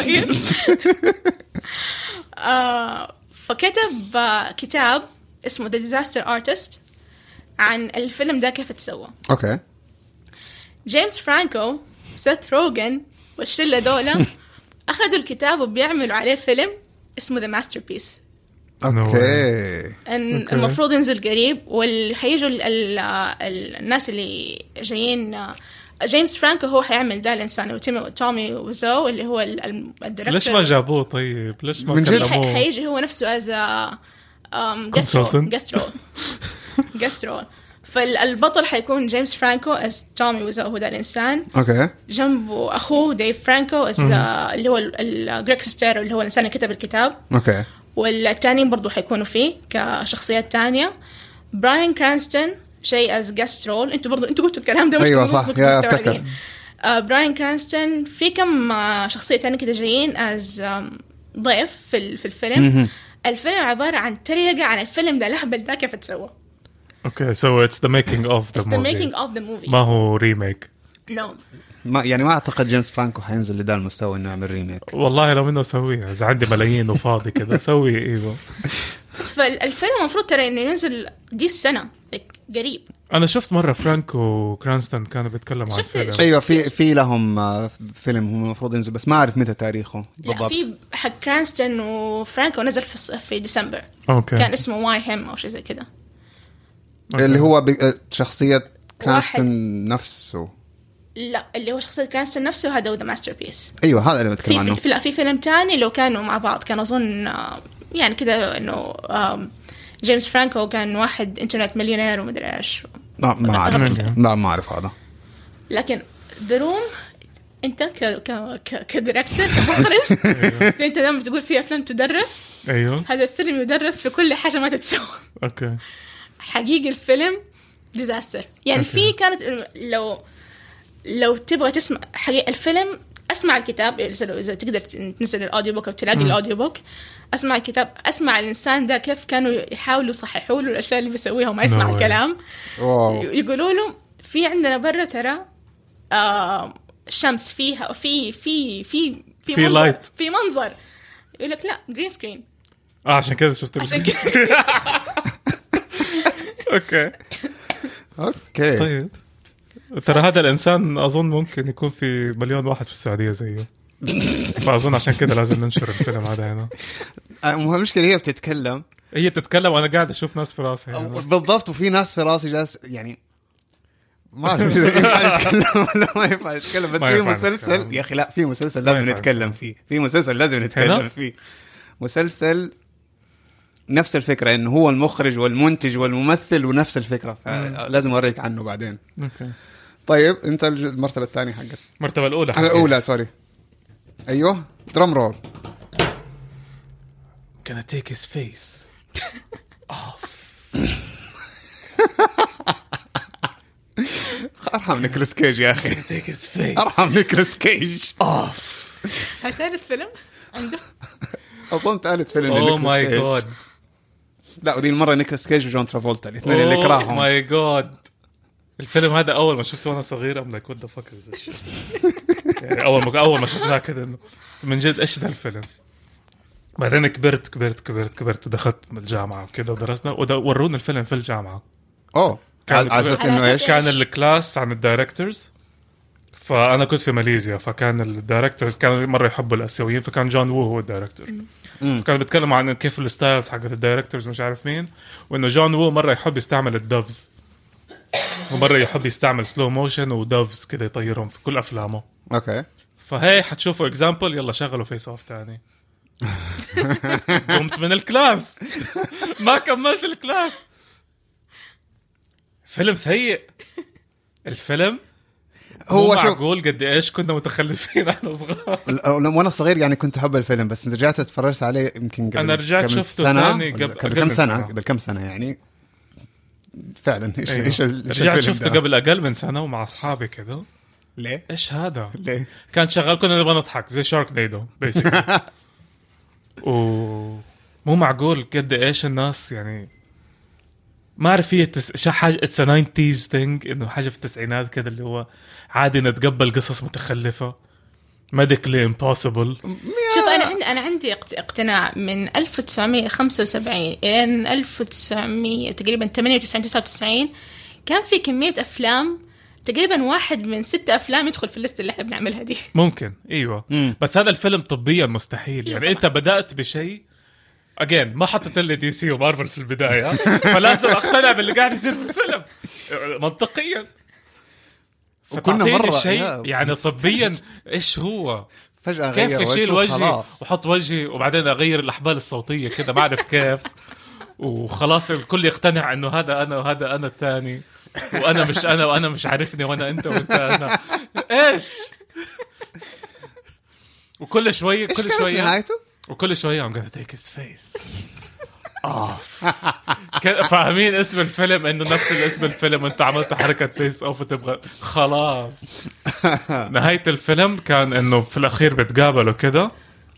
Speaker 3: فكتب كتاب اسمه The Disaster Artist عن الفيلم ده كيف تسوى.
Speaker 1: اوكي.
Speaker 3: جيمس فرانكو سيث روغن والشلة دولة أخذوا الكتاب وبيعملوا عليه فيلم اسمه The Masterpiece.
Speaker 1: اوكي.
Speaker 3: المفروض ينزل قريب والحيجوا الناس اللي جايين. جيمس فرانكو هو حيعمل ده الإنسان وتومي وزو اللي هو الديركتور.
Speaker 2: ليش ما جابوه طيب؟ ليش ما كلموه؟
Speaker 3: حيجي هو نفسه as guest role. فالبطل حيكون جيمس فرانكو as تومي وزو هو ده الإنسان.
Speaker 1: اوكي.
Speaker 3: جنبه أخوه ديف فرانكو as اللي هو الجريك سيستيرو اللي هو الإنسان اللي كتب الكتاب.
Speaker 1: اوكي.
Speaker 3: والتانيين برضو حيكونوا فيه كشخصيات تانية. براين كرانستون شيء as guest role. انتوا قلتوا الكلام ده.
Speaker 1: ايوه صح يا افتكر.
Speaker 3: براين كرانستون في كم شخصية تانية كده جايين as ضيف في الفيلم. الفيلم عبارة عن تريقة عن الفيلم ده الهبل ده كيف تسوى.
Speaker 2: اوكي so it's the making of the movie. ما هو ريميك.
Speaker 3: no.
Speaker 1: ما اعتقد جيمس فرانكو حينزل لدا المستوى انه يعمل ريميك.
Speaker 2: والله لو انه سويها اذا عندي ملايين وفاضي كده سوي ايوه.
Speaker 3: بس فالفيلم المفروض ترى انه ينزل دي السنة قريب.
Speaker 2: انا شفت مرة فرانكو وكرانستون كانوا بيتكلموا عن الفيلم.
Speaker 1: ايوه في لهم فيلم هو المفروض ينزل بس ما اعرف متى تاريخه بالضبط.
Speaker 3: في حق كرانستون وفرانكو نزل في ديسمبر.
Speaker 2: أوكي.
Speaker 3: كان اسمه واي هيم او شيء زي كده.
Speaker 1: اللي هو شخصية كرانستون نفسه.
Speaker 3: لا اللي هو شخصية كرانستون نفسه هذا هو ذا ماستربيس.
Speaker 1: ايوه هذا اللي بتكلم عنه.
Speaker 3: في فيلم تاني لو كانوا مع بعض كان اظن يعني كده انه جيمس فرانكو كان واحد انترنت مليونير ومدري ايش. ما اعرف هذا. لكن ذا روم انت كديركتور كمخرج انت دائما بتقول في افلام تدرس.
Speaker 2: ايوه
Speaker 3: هذا الفيلم يدرس في كل حاجه ما تتسوى.
Speaker 2: اوكي.
Speaker 3: حقيقي الفيلم ديزاستر يعني. في كانت لو تبغى تسمع حقيقة الفيلم اسمع الكتاب إذا تقدر تنزل الأوديو بوك أو تلاقي الأوديو بوك. اسمع الكتاب اسمع الإنسان ده كيف كانوا يحاولوا يصححوا له الأشياء اللي بيسويها وما يسمع الكلام. يقولوا له في عندنا برا ترى شمس فيها في
Speaker 2: لايت
Speaker 3: في منظر. يقول لك لا جرين سكرين.
Speaker 2: عشان كذا شفت اوكي طيب. ترى هذا الإنسان أظن ممكن يكون في مليون واحد في السعودية زيه. فأظن عشان كده لازم ننشر الفيلم هذا هنا.
Speaker 1: المشكلة هي بتتكلم
Speaker 2: وأنا قاعد أشوف ناس في راسي
Speaker 1: بالضبط. وفي ناس في راسي جالس يعني ما أعرف إذا ينفع يتكلم ولا ما ينفع يتكلم. بس في مسلسل يا أخي لا في مسلسل لازم نتكلم فيه. مسلسل نفس الفكرة إنه هو المخرج والمنتج والممثل ونفس الفكرة. لازم أوريك عنه بعدين.
Speaker 2: أوكي.
Speaker 1: طيب أنت المرتبة الثانية حقت.
Speaker 2: المرتبة الأولى.
Speaker 1: الأولى سوري. أيوه درام رول.
Speaker 2: Gonna take his face off.
Speaker 1: أرحم نيكولاس كيج يا أخي.
Speaker 2: take his face.
Speaker 1: أرحم نيكولاس كيج.
Speaker 2: off.
Speaker 3: ثالث فيلم عنده.
Speaker 1: أظن ثالث فيلم.
Speaker 2: Oh my god.
Speaker 1: لا ودي المرة نيكولاس كيج وجون ترافولتا الاثنين اللي كراههم.
Speaker 2: ماي جاد. الفيلم هذا أول ما شفته وأنا صغير أم لايك وات ذا فاك إز ذس. يعني أول ما شفناه كده إنه من جد إيش ده الفيلم. بعدين كبرت ودخلت الجامعة وكده ودرسنا وورونا الفيلم في الجامعة.
Speaker 1: على اساس انه
Speaker 3: على
Speaker 1: ايش؟
Speaker 3: أساس
Speaker 2: كان الكلاس عن الدايركتورز، فانا كنت في ماليزيا، فكان الدايركتورز كانوا مره يحبوا الاسيويين، فكان جون وو هو الدايركتور. فكانوا بيتكلموا عن كيف الستايلز حقت الدايركتورز مش عارف مين، وانه جون وو مره يحب يستعمل الدوفز، ومره يحب يستعمل سلو موشن ودوفز كده يطيرهم في كل افلامه.
Speaker 1: اوكي
Speaker 2: فهي حتشوفوا اكزامبل، يلا شغلوا فيس اوف تاني. قمت من الكلاس ما كملت الكلاس. فيلم سيء الفيلم.
Speaker 1: هو شوف
Speaker 2: معقول قد ايش كنا متخلفين احنا صغار.
Speaker 1: وانا صغير يعني كنت احب الفيلم، بس رجعت اتفرجت عليه يمكن قبل
Speaker 2: أنا رجعت
Speaker 1: كم
Speaker 2: شفته
Speaker 1: سنة
Speaker 2: تاني
Speaker 1: قبل كم سنة يعني فعلا. ايش
Speaker 2: أيوه.
Speaker 1: ايش
Speaker 2: رجعت شفته قبل اقل من سنه ومع اصحابي كده.
Speaker 1: ليه؟
Speaker 2: ايش هذا؟
Speaker 1: ليه؟
Speaker 2: كان شغال كنا نبغى نضحك زي شارك نيدو بيسكلي. مو معقول قد ايش الناس يعني ما اعرف هي حاجه اتس 90s ثينج، انه حاجه في التسعينات كده اللي هو عادي نتقبل قصص متخلفه ميديكلي امبوسيبل.
Speaker 3: شوف انا عندي اقتناع من 1975 الى 1900 تقريبا 98 99 كان في كميه افلام تقريبا 1 من 6 افلام يدخل في الليست اللي احنا بنعملها دي.
Speaker 2: ممكن ايوه. بس هذا الفيلم طبيا مستحيل يعني.
Speaker 3: طبعا.
Speaker 2: انت بدأت بشيء اجين ما حطت لي دي سي ومارفل في البدايه، فلازم اقتنع باللي قاعد يصير في الفيلم منطقيا.
Speaker 1: وكنا مرة
Speaker 2: شيء يعني طبيا ايش هو
Speaker 1: فجأة
Speaker 2: كيف
Speaker 1: غير
Speaker 2: يشيل وجهي
Speaker 1: خلاص.
Speaker 2: وحط وجهي وبعدين اغير الاحبال الصوتيه كده ما اعرف كيف، وخلاص الكل يقتنع انه هذا انا وهذا انا الثاني، وانا مش انا وانا مش عارفني وانا انت وانت انا ايش. وكل شويه
Speaker 1: نهايته
Speaker 2: وكل شويه I'm gonna take his face off. فاهمين اسم الفيلم انه نفس الاسم الفيلم وانت عملت حركه فيس اوف وتبغى خلاص. نهايه الفيلم كان انه في الاخير بتقابلوا كده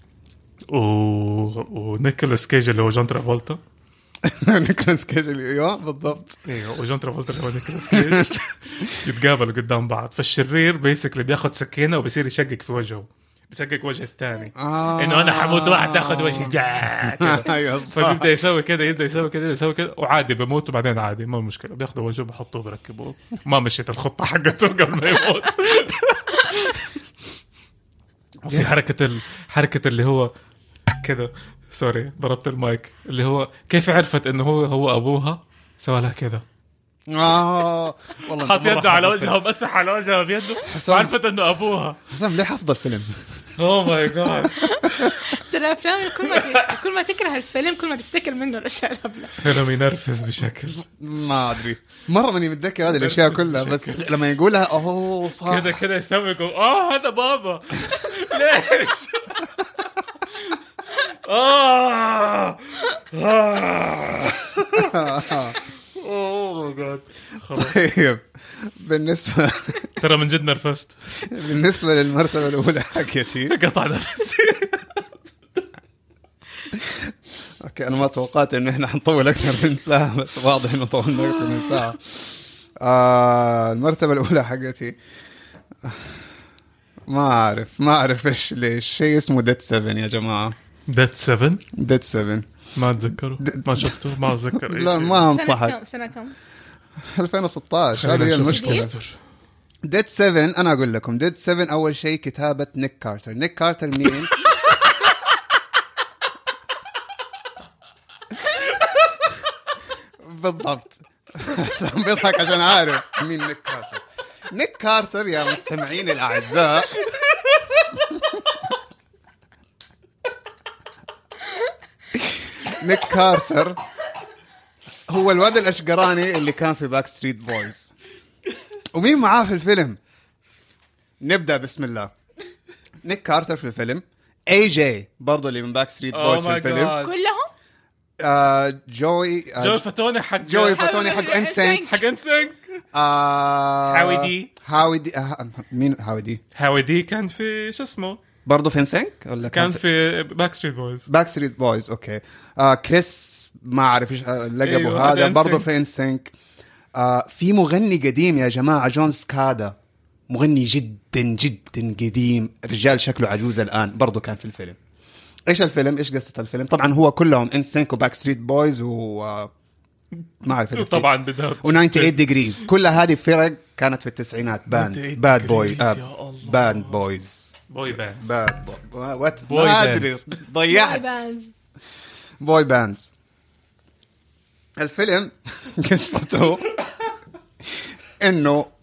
Speaker 2: ونيكولاس كيج اللي هو جون ترافولتا.
Speaker 1: نيكولاس كيج ايوه بالضبط.
Speaker 2: ايوه وجون ترافولتا اللي هو نيكولاس كيج يتقابلوا قدام بعض. فالشرير بيسكلي بياخد سكينه وبيصير يشقق في وجهه، بيسقق وجه الثاني انه انا حموت واحد تاخذ وجهي كده. فبيبدا يسوي كده يسوي كده وعادي بيموت، وبعدين عادي ما مشكله بياخذوا وجهه بحطوه بركبوه. ما مشيت الخطه حقته قبل ما يموت. وفي حركه اللي هو كده سوري ضربت المايك، اللي هو كيف عرفت انه هو ابوها سوى لها كده
Speaker 1: والله
Speaker 2: حط يده على وجهها ومسح على وجهها بيده وعرفت انه ابوها.
Speaker 1: حسام ليه حفظ الفيلم؟
Speaker 2: اوه ماي جاد.
Speaker 3: ترى افلام كل ما تكره الفيلم كل ما تفتكر منه الاشياء الهبله.
Speaker 2: فيلم ينرفز بشكل
Speaker 1: ما ادري مره ماني متذكر هذه الاشياء كلها، بس لما يقولها اوه صح
Speaker 2: كده يسوي يقول هذا بابا. ليش؟ اوه ماي جاد. خلاص
Speaker 1: طيب بالنسبه
Speaker 2: ترى من جد نرفزت.
Speaker 1: بالنسبه للمرتبه الاولى حقتي
Speaker 2: قطع نفسي.
Speaker 1: اوكي انا ما توقعت ان احنا حنطول اكثر من ساعه، بس واضح انه طولنا اكثر من ساعه. المرتبه الاولى حقتي ما اعرف ايش ليش شيء اسمه ديد 7 يا جماعه. ديد 7
Speaker 2: ما اتذكره ما شفته ما اتذكر اي
Speaker 1: لا
Speaker 2: شيء.
Speaker 1: ما انصحك.
Speaker 3: سنة كم
Speaker 1: 2016 هذه هي المشكله. ديد 7 انا اقول لكم ديد 7 اول شيء كتابه نيك كارتر مين؟ بالضبط. بيضحك عشان عارف مين نيك كارتر يا مستمعين الاعزاء. نيك كارتر هو الواد الاشقراني اللي كان في باك ستريت بويز. ومين معاه في الفيلم؟ نبدأ بسم الله. نيك كارتر في الفيلم، اي جي برضو اللي من باك ستريت بويز في الفيلم
Speaker 3: كلهم.
Speaker 1: جوي
Speaker 2: فتوني حق
Speaker 1: انسينك
Speaker 2: حق انسينك.
Speaker 1: هاوي مين هاوي دي
Speaker 2: كان في شو اسمه
Speaker 1: برضو في انسينك ولا
Speaker 2: كان في باك ستريت بويز
Speaker 1: اوكي. كريس ما اعرف ايش لقبه.
Speaker 2: أيوه
Speaker 1: هذا برضو في انسينك. في مغني قديم يا جماعة جون سكادا، مغني جدا جدا قديم، رجال شكله عجوز الآن، برضو كان في الفيلم. إيش الفيلم؟ إيش قصة الفيلم؟ طبعا هو كلهم إنسينك وباك ستريت بويز ما أعرف إذا
Speaker 2: طبعا بدها
Speaker 1: و98 degrees، كل هذه فرق كانت في التسعينات. باد بوي، باد بويز،
Speaker 2: بوي باندز،
Speaker 1: باد وات،
Speaker 2: بوي
Speaker 1: ما أدري،
Speaker 2: باندز.
Speaker 1: ضيعت. بوي باندز. الفيلم قصته إنه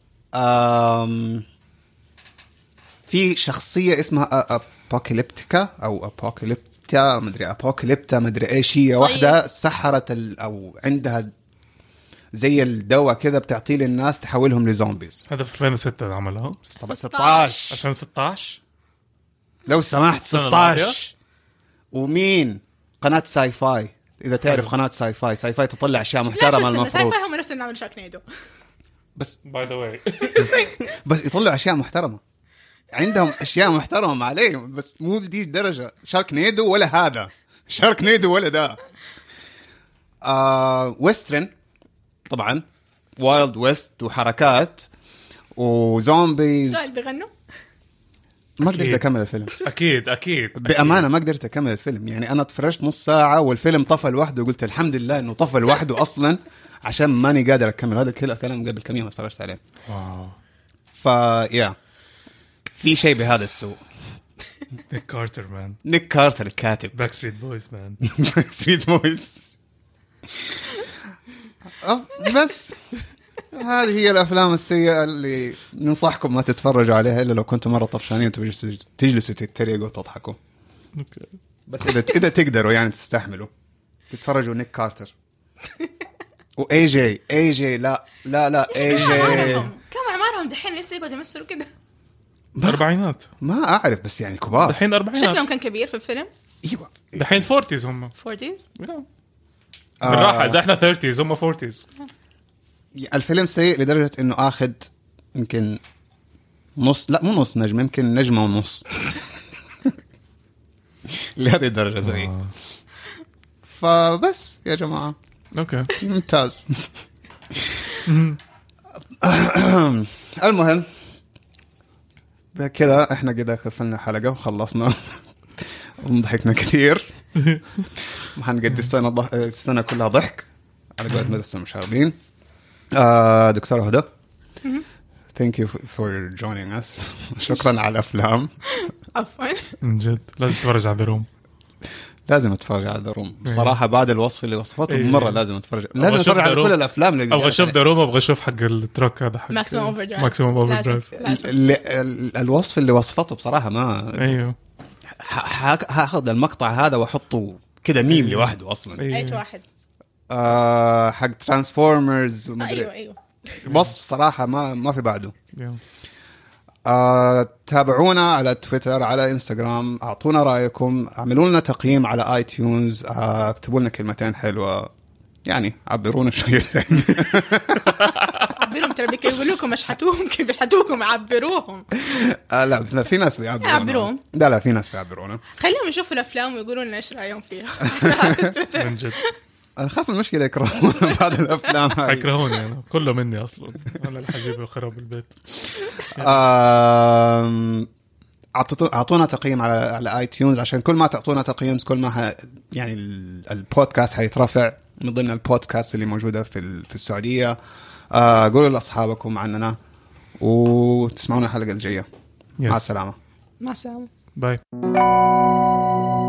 Speaker 1: في شخصية اسمها أبوكاليبتيكا أو أبوكاليبتا، مدري أبوكاليبتا مدري إيش هي. واحدة سحرت أو عندها زي الدواء كذا بتعطيه للناس تحولهم لزومبيز.
Speaker 2: هذا في 2006 عملها
Speaker 1: 16
Speaker 2: 2016
Speaker 1: لو سمحت 16. ومين؟ قناة ساي فاي، إذا تعرف قناة ساي فاي تطلع أشياء محترمة المفروض.
Speaker 3: ساي فاي هم نفس اللي عملوا شاركنيدو
Speaker 1: بس
Speaker 2: باي ذا واي
Speaker 1: بس يطلعوا أشياء محترمة، عندهم أشياء محترمة عليهم، بس مو دي درجة شاركنيدو ولا هذا شاركنيدو ولا ده. ويسترن طبعا، وايلد ويست وحركات وزومبيز.
Speaker 3: سؤال بيغنوا؟
Speaker 1: ما قدرت أكمل الفيلم.
Speaker 2: أكيد
Speaker 1: بأمانة ما قدرت أكمل الفيلم. يعني أنا تفرجت نص ساعة والفيلم طفى لوحده، وقلت الحمد لله إنه طفى لوحده أصلا عشان ماني قادر أكمل. هذا الكلام قبل كم يوم اتفرجت عليه. فيا في شيء بهذا السوء.
Speaker 2: نيك كارتر مان،
Speaker 1: نيك كارتر الكاتب.
Speaker 2: باك ستريت بويز مان.
Speaker 1: ستريت بويز. بس هذه هي الأفلام السيئة اللي ننصحكم ما تتفرجوا عليها إلا لو كنتم مرة طفشانين وتجلسوا تتريقوا وتضحكوا. بس إذا تقدروا يعني تستحملوا تتفرجوا نيك كارتر وأي جي. لا أي جي
Speaker 3: كم أعمارهم دحين لسه يقعدوا يمثلوا كده؟
Speaker 2: أربعينات
Speaker 1: ما أعرف، بس يعني كبار
Speaker 2: دحين أربعينات.
Speaker 3: شكلهم كان كبير في الفيلم.
Speaker 1: ايوه
Speaker 2: دحين 40s هم
Speaker 3: 40s.
Speaker 2: بالراحة إذا إحنا 30s هم 40s.
Speaker 1: الفيلم سيء لدرجة إنه أخذ يمكن نص، لا مو نص نجمة، يمكن نجمة ونص. لهذه الدرجة سيء. فبس يا جماعة
Speaker 2: أوكي
Speaker 1: ممتاز. المهم بكذا احنا كده قفلنا الحلقة وخلصنا. ضحكنا كثير. وحنقضي السنة كلها ضحك على قولة مدرسة المشاهدين. دكتورة هدى thank you for joining us. شكرا على الأفلام.
Speaker 3: عفوا.
Speaker 2: من جد لازم تتفرج على ذروم.
Speaker 1: لازم اتفرج على دروم بصراحة بعد الوصف اللي وصفته مرة لازم اتفرج على كل الأفلام اللي
Speaker 2: أبغى أشوف دروم، أبغى أشوف حق التروك هذا حق
Speaker 3: ماكسيموم اوفر درايف.
Speaker 1: الوصف اللي وصفته بصراحة ما
Speaker 2: أيوه
Speaker 1: هاخذ المقطع هذا وأحطه كده ميم لوحده أصلا.
Speaker 3: أي واحد
Speaker 1: حق ترانسفورمرز.
Speaker 3: أيوه
Speaker 1: وصف صراحة ما في بعده. تابعونا على تويتر، على انستغرام، اعطونا رايكم، اعملوا لنا تقييم على اي تيونز، اكتبوا لنا كلمتين حلوه، يعني عبرونا شويه.
Speaker 3: عبروهم، ترى بيقولوا لكم اشحتوهم كيف بيحتوكم، عبروهم.
Speaker 1: لا في ناس بيعبرونا. لا في ناس بيعبرونا.
Speaker 3: خليهم يشوفوا الافلام ويقولوا لنا ايش رايهم فيها.
Speaker 2: من جد
Speaker 1: أخاف المشكلة يكرهون بعد الأفلام هذه.
Speaker 2: يكرهوني أنا كله مني أصلا، أنا اللي حجيبه خراب البيت.
Speaker 1: أعطونا تقييم على آي تيونز، عشان كل ما تعطونا تقييم كل ما يعني البودكاست هيترفع من ضمن البودكاست اللي موجودة في السعودية. قولوا لأصحابكم عننا وتسمعونا الحلقة الجاية. مع السلامة.
Speaker 3: مع السلامة.
Speaker 2: باي.